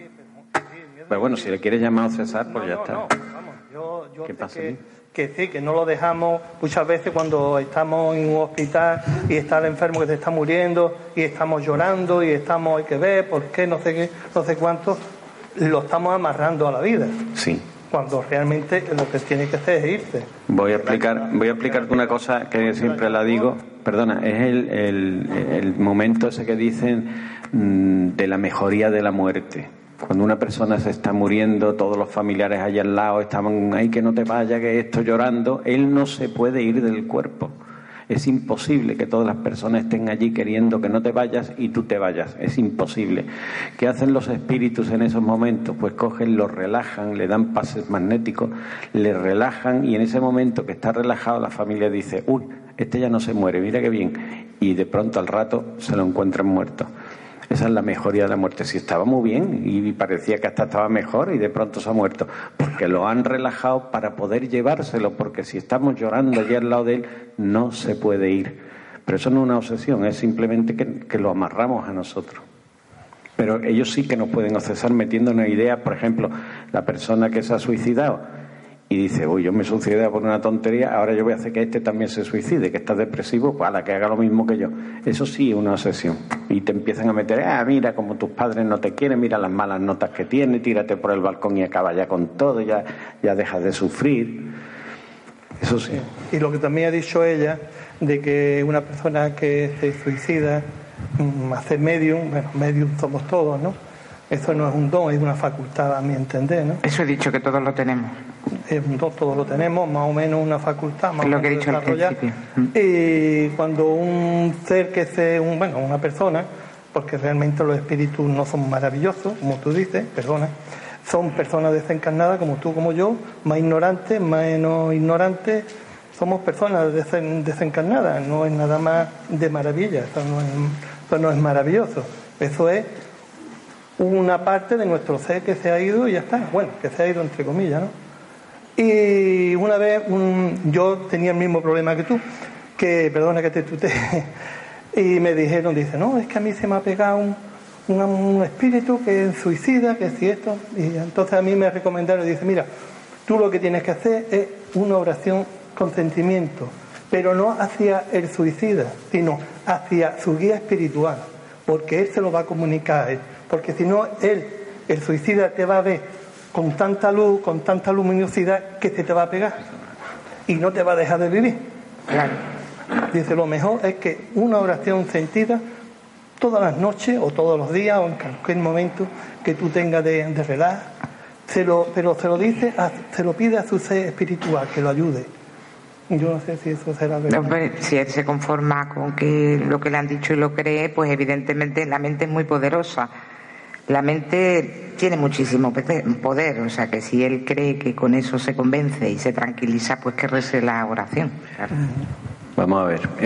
Pero bueno, si le quieres llamar a César, pues ya está. No, vamos, yo sé que sí, que no lo dejamos muchas veces cuando estamos en un hospital y está el enfermo que se está muriendo y estamos llorando y estamos, hay que ver, por qué, no sé qué, no sé cuánto, lo estamos amarrando a la vida. Sí. Cuando realmente lo que tiene que hacer es irse. Voy a explicarte una cosa que siempre la digo, perdona, es el momento ese que dicen de la mejoría de la muerte. Cuando una persona se está muriendo, todos los familiares allá al lado estaban, ay, que no te vaya, que esto, llorando, él no se puede ir del cuerpo. Es imposible que todas las personas estén allí queriendo que no te vayas y tú te vayas. Es imposible. ¿Qué hacen los espíritus en esos momentos? Pues cogen, los relajan, le dan pases magnéticos, le relajan, y en ese momento que está relajado la familia dice, uy, este ya no se muere, mira qué bien. Y de pronto al rato se lo encuentran muerto. Esa es la mejoría de la muerte. Si estaba muy bien y parecía que hasta estaba mejor y de pronto se ha muerto, porque lo han relajado para poder llevárselo, porque si estamos llorando allí al lado de él, no se puede ir. Pero eso no es una obsesión, es simplemente que lo amarramos a nosotros. Pero ellos sí que nos pueden obsesar metiéndonos ideas. Por ejemplo, la persona que se ha suicidado y dice, uy, yo me suicidé por una tontería, ahora yo voy a hacer que este también se suicide, que está depresivo, pues a la que haga lo mismo que yo. Eso sí es una obsesión. Y te empiezan a meter, mira, como tus padres no te quieren, mira las malas notas que tiene, tírate por el balcón y acaba ya con todo, ya dejas de sufrir. Eso sí. Y lo que también ha dicho ella, de que una persona que se suicida hace medium, bueno, medium somos todos, ¿no? Eso no es un don, es una facultad, a mi entender, ¿no? Eso he dicho, que todos lo tenemos. Todos lo tenemos, más o menos una facultad, más o menos lo que he dicho al principio. Y cuando un ser una persona, porque realmente los espíritus no son maravillosos, como tú dices, son personas desencarnadas como tú, como yo, más ignorantes, menos ignorantes, somos personas desencarnadas, no es nada más de maravilla, eso no es maravilloso, eso es una parte de nuestro ser que se ha ido y ya está. Bueno, que se ha ido entre comillas, ¿no? Y una vez yo tenía el mismo problema que tú, que, perdona que te tutee, y me dijeron, dice, no, es que a mí se me ha pegado un espíritu que es suicida, que si esto, y entonces a mí me recomendaron, dice, mira, tú lo que tienes que hacer es una oración con sentimiento, pero no hacia el suicida, sino hacia su guía espiritual, porque él se lo va a comunicar a él, porque si no, el suicida te va a ver con tanta luz, con tanta luminosidad, que se te va a pegar y no te va a dejar de vivir. Claro. Dice, lo mejor es que una oración sentida todas las noches o todos los días o en cualquier momento que tú tengas de relax, pero se lo dice, se lo pide a su ser espiritual que lo ayude. Yo no sé si eso será verdad. No, pues, si él se conforma con que lo que le han dicho y lo cree, pues evidentemente la mente es muy poderosa. La mente tiene muchísimo poder, o sea que si él cree que con eso se convence y se tranquiliza, pues que rece la oración. Claro. Vamos a ver,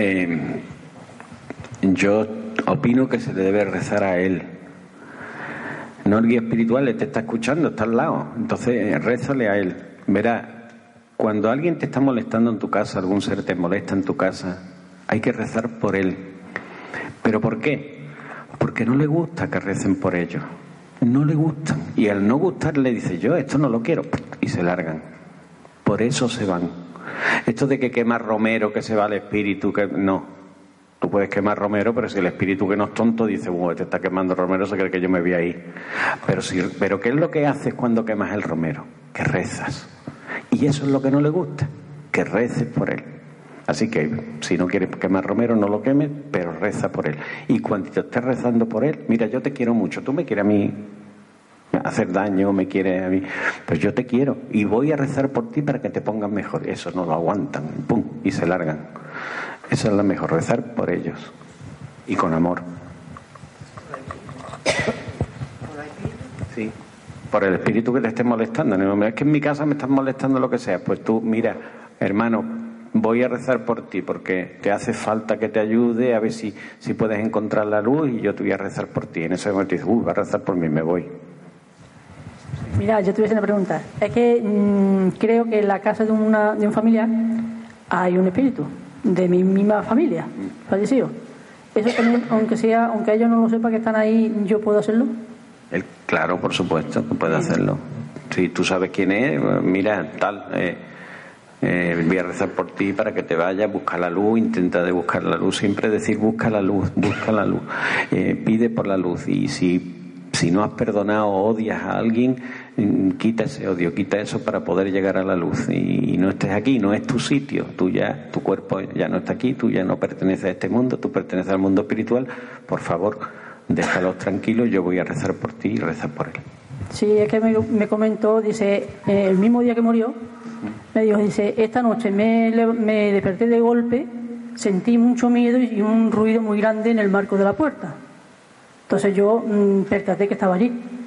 yo opino que se le debe rezar a él. No el guía espiritual, él te está escuchando, está al lado, entonces rézale a él. Verás, cuando alguien te está molestando en tu casa, algún ser te molesta en tu casa, hay que rezar por él. ¿Pero por qué? Porque no le gusta que recen por ellos. No le gustan. Y al no gustarle dice, yo esto no lo quiero. Y se largan. Por eso se van. Esto de que quema romero, que se va el espíritu, que no. Tú puedes quemar romero, pero si el espíritu que no es tonto dice, bueno, te está quemando romero, se cree que yo me voy a ir. Pero ¿qué es lo que haces cuando quemas el romero? Que rezas. Y eso es lo que no le gusta. Que reces por él. Así que si no quieres quemar romero, no lo quemes, pero reza por él. Y cuando te estés rezando por él, mira, yo te quiero mucho, tú me quieres a mí hacer daño, me quieres a mí, pues yo te quiero y voy a rezar por ti para que te pongas mejor. Eso no lo aguantan, pum, y se largan. Eso es lo mejor, rezar por ellos y con amor. Sí, por el espíritu que te esté molestando. No, es que en mi casa me estás molestando lo que sea. Pues tú, mira, hermano, voy a rezar por ti porque te hace falta que te ayude a ver si puedes encontrar la luz y yo te voy a rezar por ti. En ese momento dices, va a rezar por mí, me voy. Mira, yo te voy a hacer una pregunta. Es que creo que en la casa de un familiar hay un espíritu de mi misma familia, fallecido. Eso también, aunque ellos no lo sepan que están ahí, ¿yo puedo hacerlo? Claro, por supuesto que puede hacerlo. Si tú sabes quién es, mira, tal... voy a rezar por ti para que te vayas, busca la luz, intenta de buscar la luz, siempre decir busca la luz, pide por la luz. Y si no has perdonado o odias a alguien, quita ese odio, quita eso para poder llegar a la luz. Y no estés aquí, no es tu sitio, tu cuerpo ya no está aquí, tú ya no perteneces a este mundo, tú perteneces al mundo espiritual. Por favor, déjalos tranquilos, yo voy a rezar por ti y reza por él. Sí, es que me comentó, dice, el mismo día que murió, me dijo, dice, esta noche me desperté de golpe, sentí mucho miedo y un ruido muy grande en el marco de la puerta. Entonces yo percaté que estaba allí.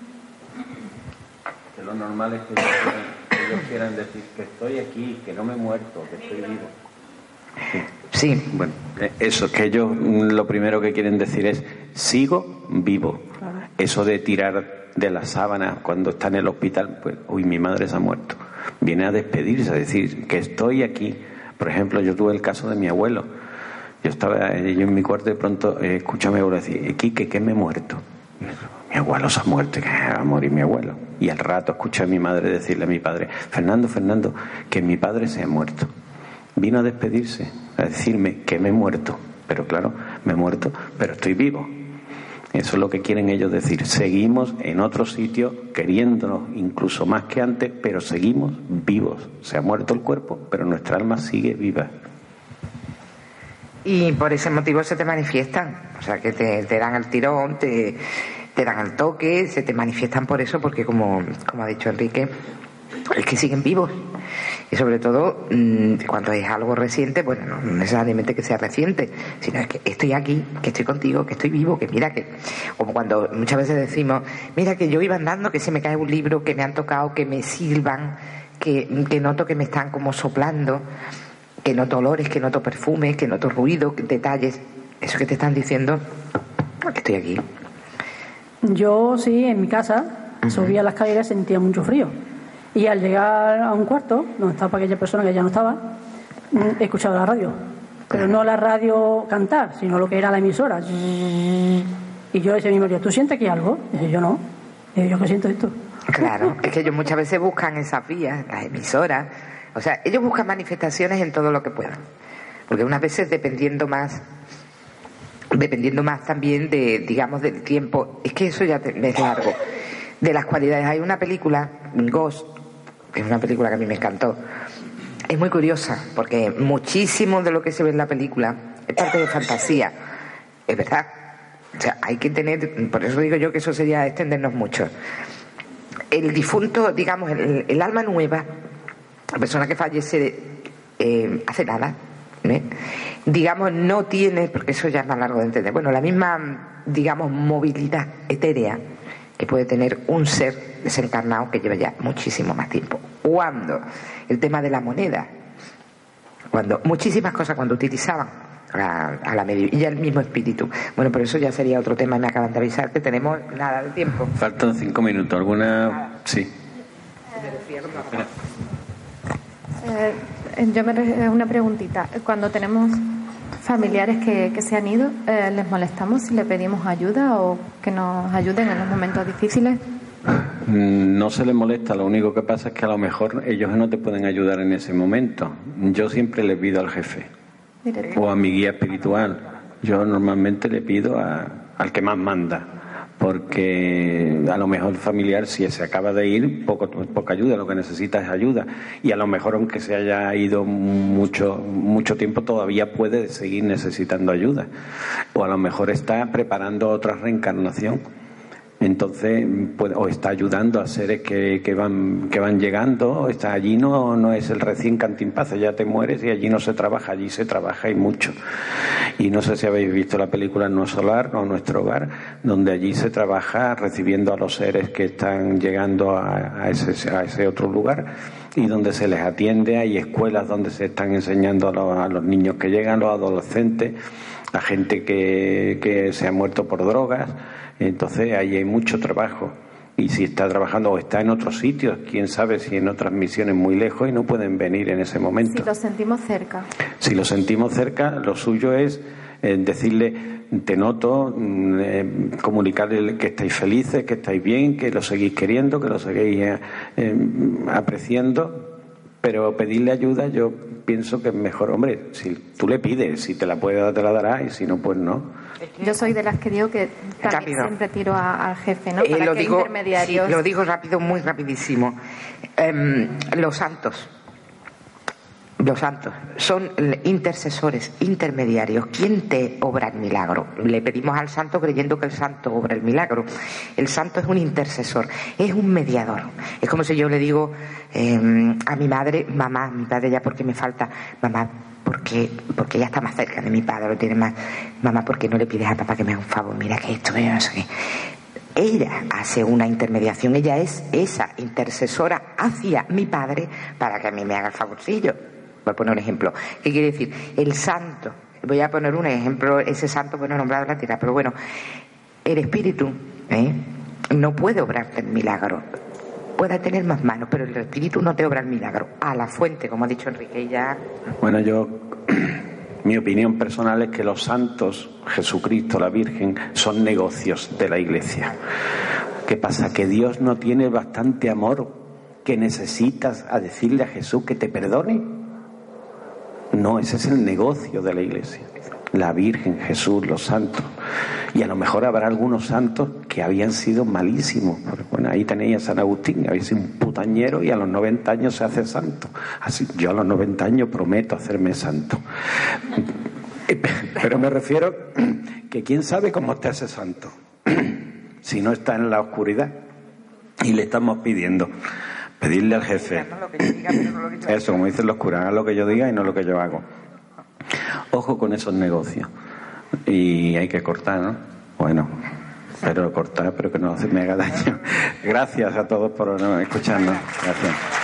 Que lo normal es que ellos quieran decir que estoy aquí, que no me he muerto, que estoy vivo. Sí. Bueno, eso, que ellos lo primero que quieren decir es, sigo vivo. Claro. Eso de tirar de la sábana cuando está en el hospital, pues, uy, mi madre se ha muerto. Viene a despedirse, a decir que estoy aquí. Por ejemplo, yo tuve el caso de mi abuelo. Yo en mi cuarto y de pronto escuché a mi abuelo decir, Quique, que me he muerto. Mi abuelo se ha muerto, que va a morir mi abuelo. Y al rato escuché a mi madre decirle a mi padre, Fernando, que mi padre se ha muerto. Vino a despedirse, a decirme que me he muerto. Pero claro, me he muerto, pero estoy vivo. Eso es lo que quieren ellos decir. Seguimos en otro sitio, queriéndonos incluso más que antes, pero seguimos vivos. Se ha muerto el cuerpo, pero nuestra alma sigue viva. Y por ese motivo se te manifiestan. O sea, que te dan el tirón, te dan el toque, se te manifiestan por eso, porque como ha dicho Enrique, es que siguen vivos. Y sobre todo, cuando es algo reciente, bueno, no necesariamente que sea reciente, sino es que estoy aquí, que estoy contigo, que estoy vivo, que mira que... Como cuando muchas veces decimos, mira que yo iba andando, que se me cae un libro, que me han tocado, que me silban, que noto que me están como soplando, que noto olores, que noto perfumes, que noto ruido, detalles. Eso que te están diciendo, que estoy aquí. Yo sí, en mi casa, subía las escaleras y sentía mucho frío. Y al llegar a un cuarto, donde estaba aquella persona que ya no estaba, escuchaba la radio. Pero no la radio cantar, sino lo que era la emisora. Y yo le decía a mi marido, ¿tú sientes aquí algo? Y dice, yo no. Y yo que siento esto. Claro, es que ellos muchas veces buscan esas vías, las emisoras. O sea, ellos buscan manifestaciones en todo lo que puedan. Porque unas veces dependiendo más también de, digamos, del tiempo. Es que eso ya es largo. De las cualidades. Hay una película, Ghost, que es una película que a mí me encantó. Es muy curiosa, porque muchísimo de lo que se ve en la película es parte de fantasía. Es verdad. O sea, hay que tener, por eso digo yo que eso sería extendernos mucho. El difunto, digamos, el alma nueva, la persona que fallece hace nada, digamos, no tiene, porque eso ya es más largo de entender, bueno, la misma, digamos, movilidad etérea que puede tener un ser desencarnado que lleva ya muchísimo más tiempo. Cuando el tema de la moneda, cuando muchísimas cosas, cuando utilizaban a la medio y ya el mismo espíritu. Bueno, pero eso ya sería otro tema. Me acaban de avisar que tenemos nada de tiempo. Faltan 5 minutos. ¿Alguna? Sí. Una preguntita. Cuando tenemos familiares que se han ido, ¿les molestamos si le pedimos ayuda o que nos ayuden en los momentos difíciles? No se les molesta, lo único que pasa es que a lo mejor ellos no te pueden ayudar en ese momento. Yo siempre le pido al jefe o a mi guía espiritual. Yo normalmente le pido al que más manda, porque a lo mejor el familiar, si se acaba de ir, poca ayuda, lo que necesita es ayuda, y a lo mejor aunque se haya ido mucho tiempo todavía puede seguir necesitando ayuda, o a lo mejor está preparando otra reencarnación. Entonces, o está ayudando a seres que van llegando, o está allí, no es el recién cantimpazo, ya te mueres y allí no se trabaja, allí se trabaja y mucho. Y no sé si habéis visto la película No Solar o Nuestro Hogar, donde allí se trabaja recibiendo a los seres que están llegando a ese otro lugar y donde se les atiende. Hay escuelas donde se están enseñando a los niños que llegan, los adolescentes, a gente que se ha muerto por drogas. Entonces ahí hay mucho trabajo, y si está trabajando o está en otros sitios, quién sabe si en otras misiones muy lejos y no pueden venir en ese momento. Si lo sentimos cerca. Si lo sentimos cerca, lo suyo es decirle, te noto, comunicarle que estáis felices, que estáis bien, que lo seguís queriendo, que lo seguís apreciando. Pero pedirle ayuda, yo pienso que es mejor, hombre, si tú le pides, si te la puede dar, te la dará, y si no, pues no. Yo soy de las que digo que también siempre tiro al jefe, ¿no? Para lo que digo, intermediarios. Sí, lo digo rápido, muy rapidísimo. Los santos son intercesores, intermediarios. ¿Quién te obra el milagro? Le pedimos al santo creyendo que el santo obra el milagro. El santo es un intercesor, es un mediador. Es como si yo le digo a mi madre, mamá, mi padre ya porque me falta, mamá, porque ella está más cerca de mi padre, lo tiene más, mamá, ¿por qué no le pides a papá que me haga un favor? Mira que esto, no sé qué. Ella hace una intermediación, ella es esa intercesora hacia mi padre para que a mí me haga el favorcillo. Voy a poner un ejemplo. ¿Qué quiere decir? El santo, voy a poner un ejemplo, ese santo, bueno, nombrado en la tierra, pero bueno, el espíritu no puede obrarte el milagro. Puede tener más manos, pero el espíritu no te obra el milagro. A la fuente, como ha dicho Enrique, ya. Bueno, mi opinión personal es que los santos, Jesucristo, la Virgen, son negocios de la Iglesia. ¿Qué pasa? Que Dios no tiene bastante amor que necesitas a decirle a Jesús que te perdone. No, ese es el negocio de la Iglesia. La Virgen, Jesús, los santos. Y a lo mejor habrá algunos santos que habían sido malísimos. Porque, bueno, ahí tenéis a San Agustín, había sido un putañero y a los 90 años se hace santo. Así, yo a los 90 años prometo hacerme santo. Pero me refiero que quién sabe cómo te hace santo si no está en la oscuridad. Y le estamos pedirle al jefe. Eso, como dicen los curas, haga lo que yo diga y no lo que yo hago. Ojo con esos negocios. Y hay que cortar, ¿no? Bueno, pero cortar, pero que no me haga daño. Gracias a todos por escucharnos. Gracias.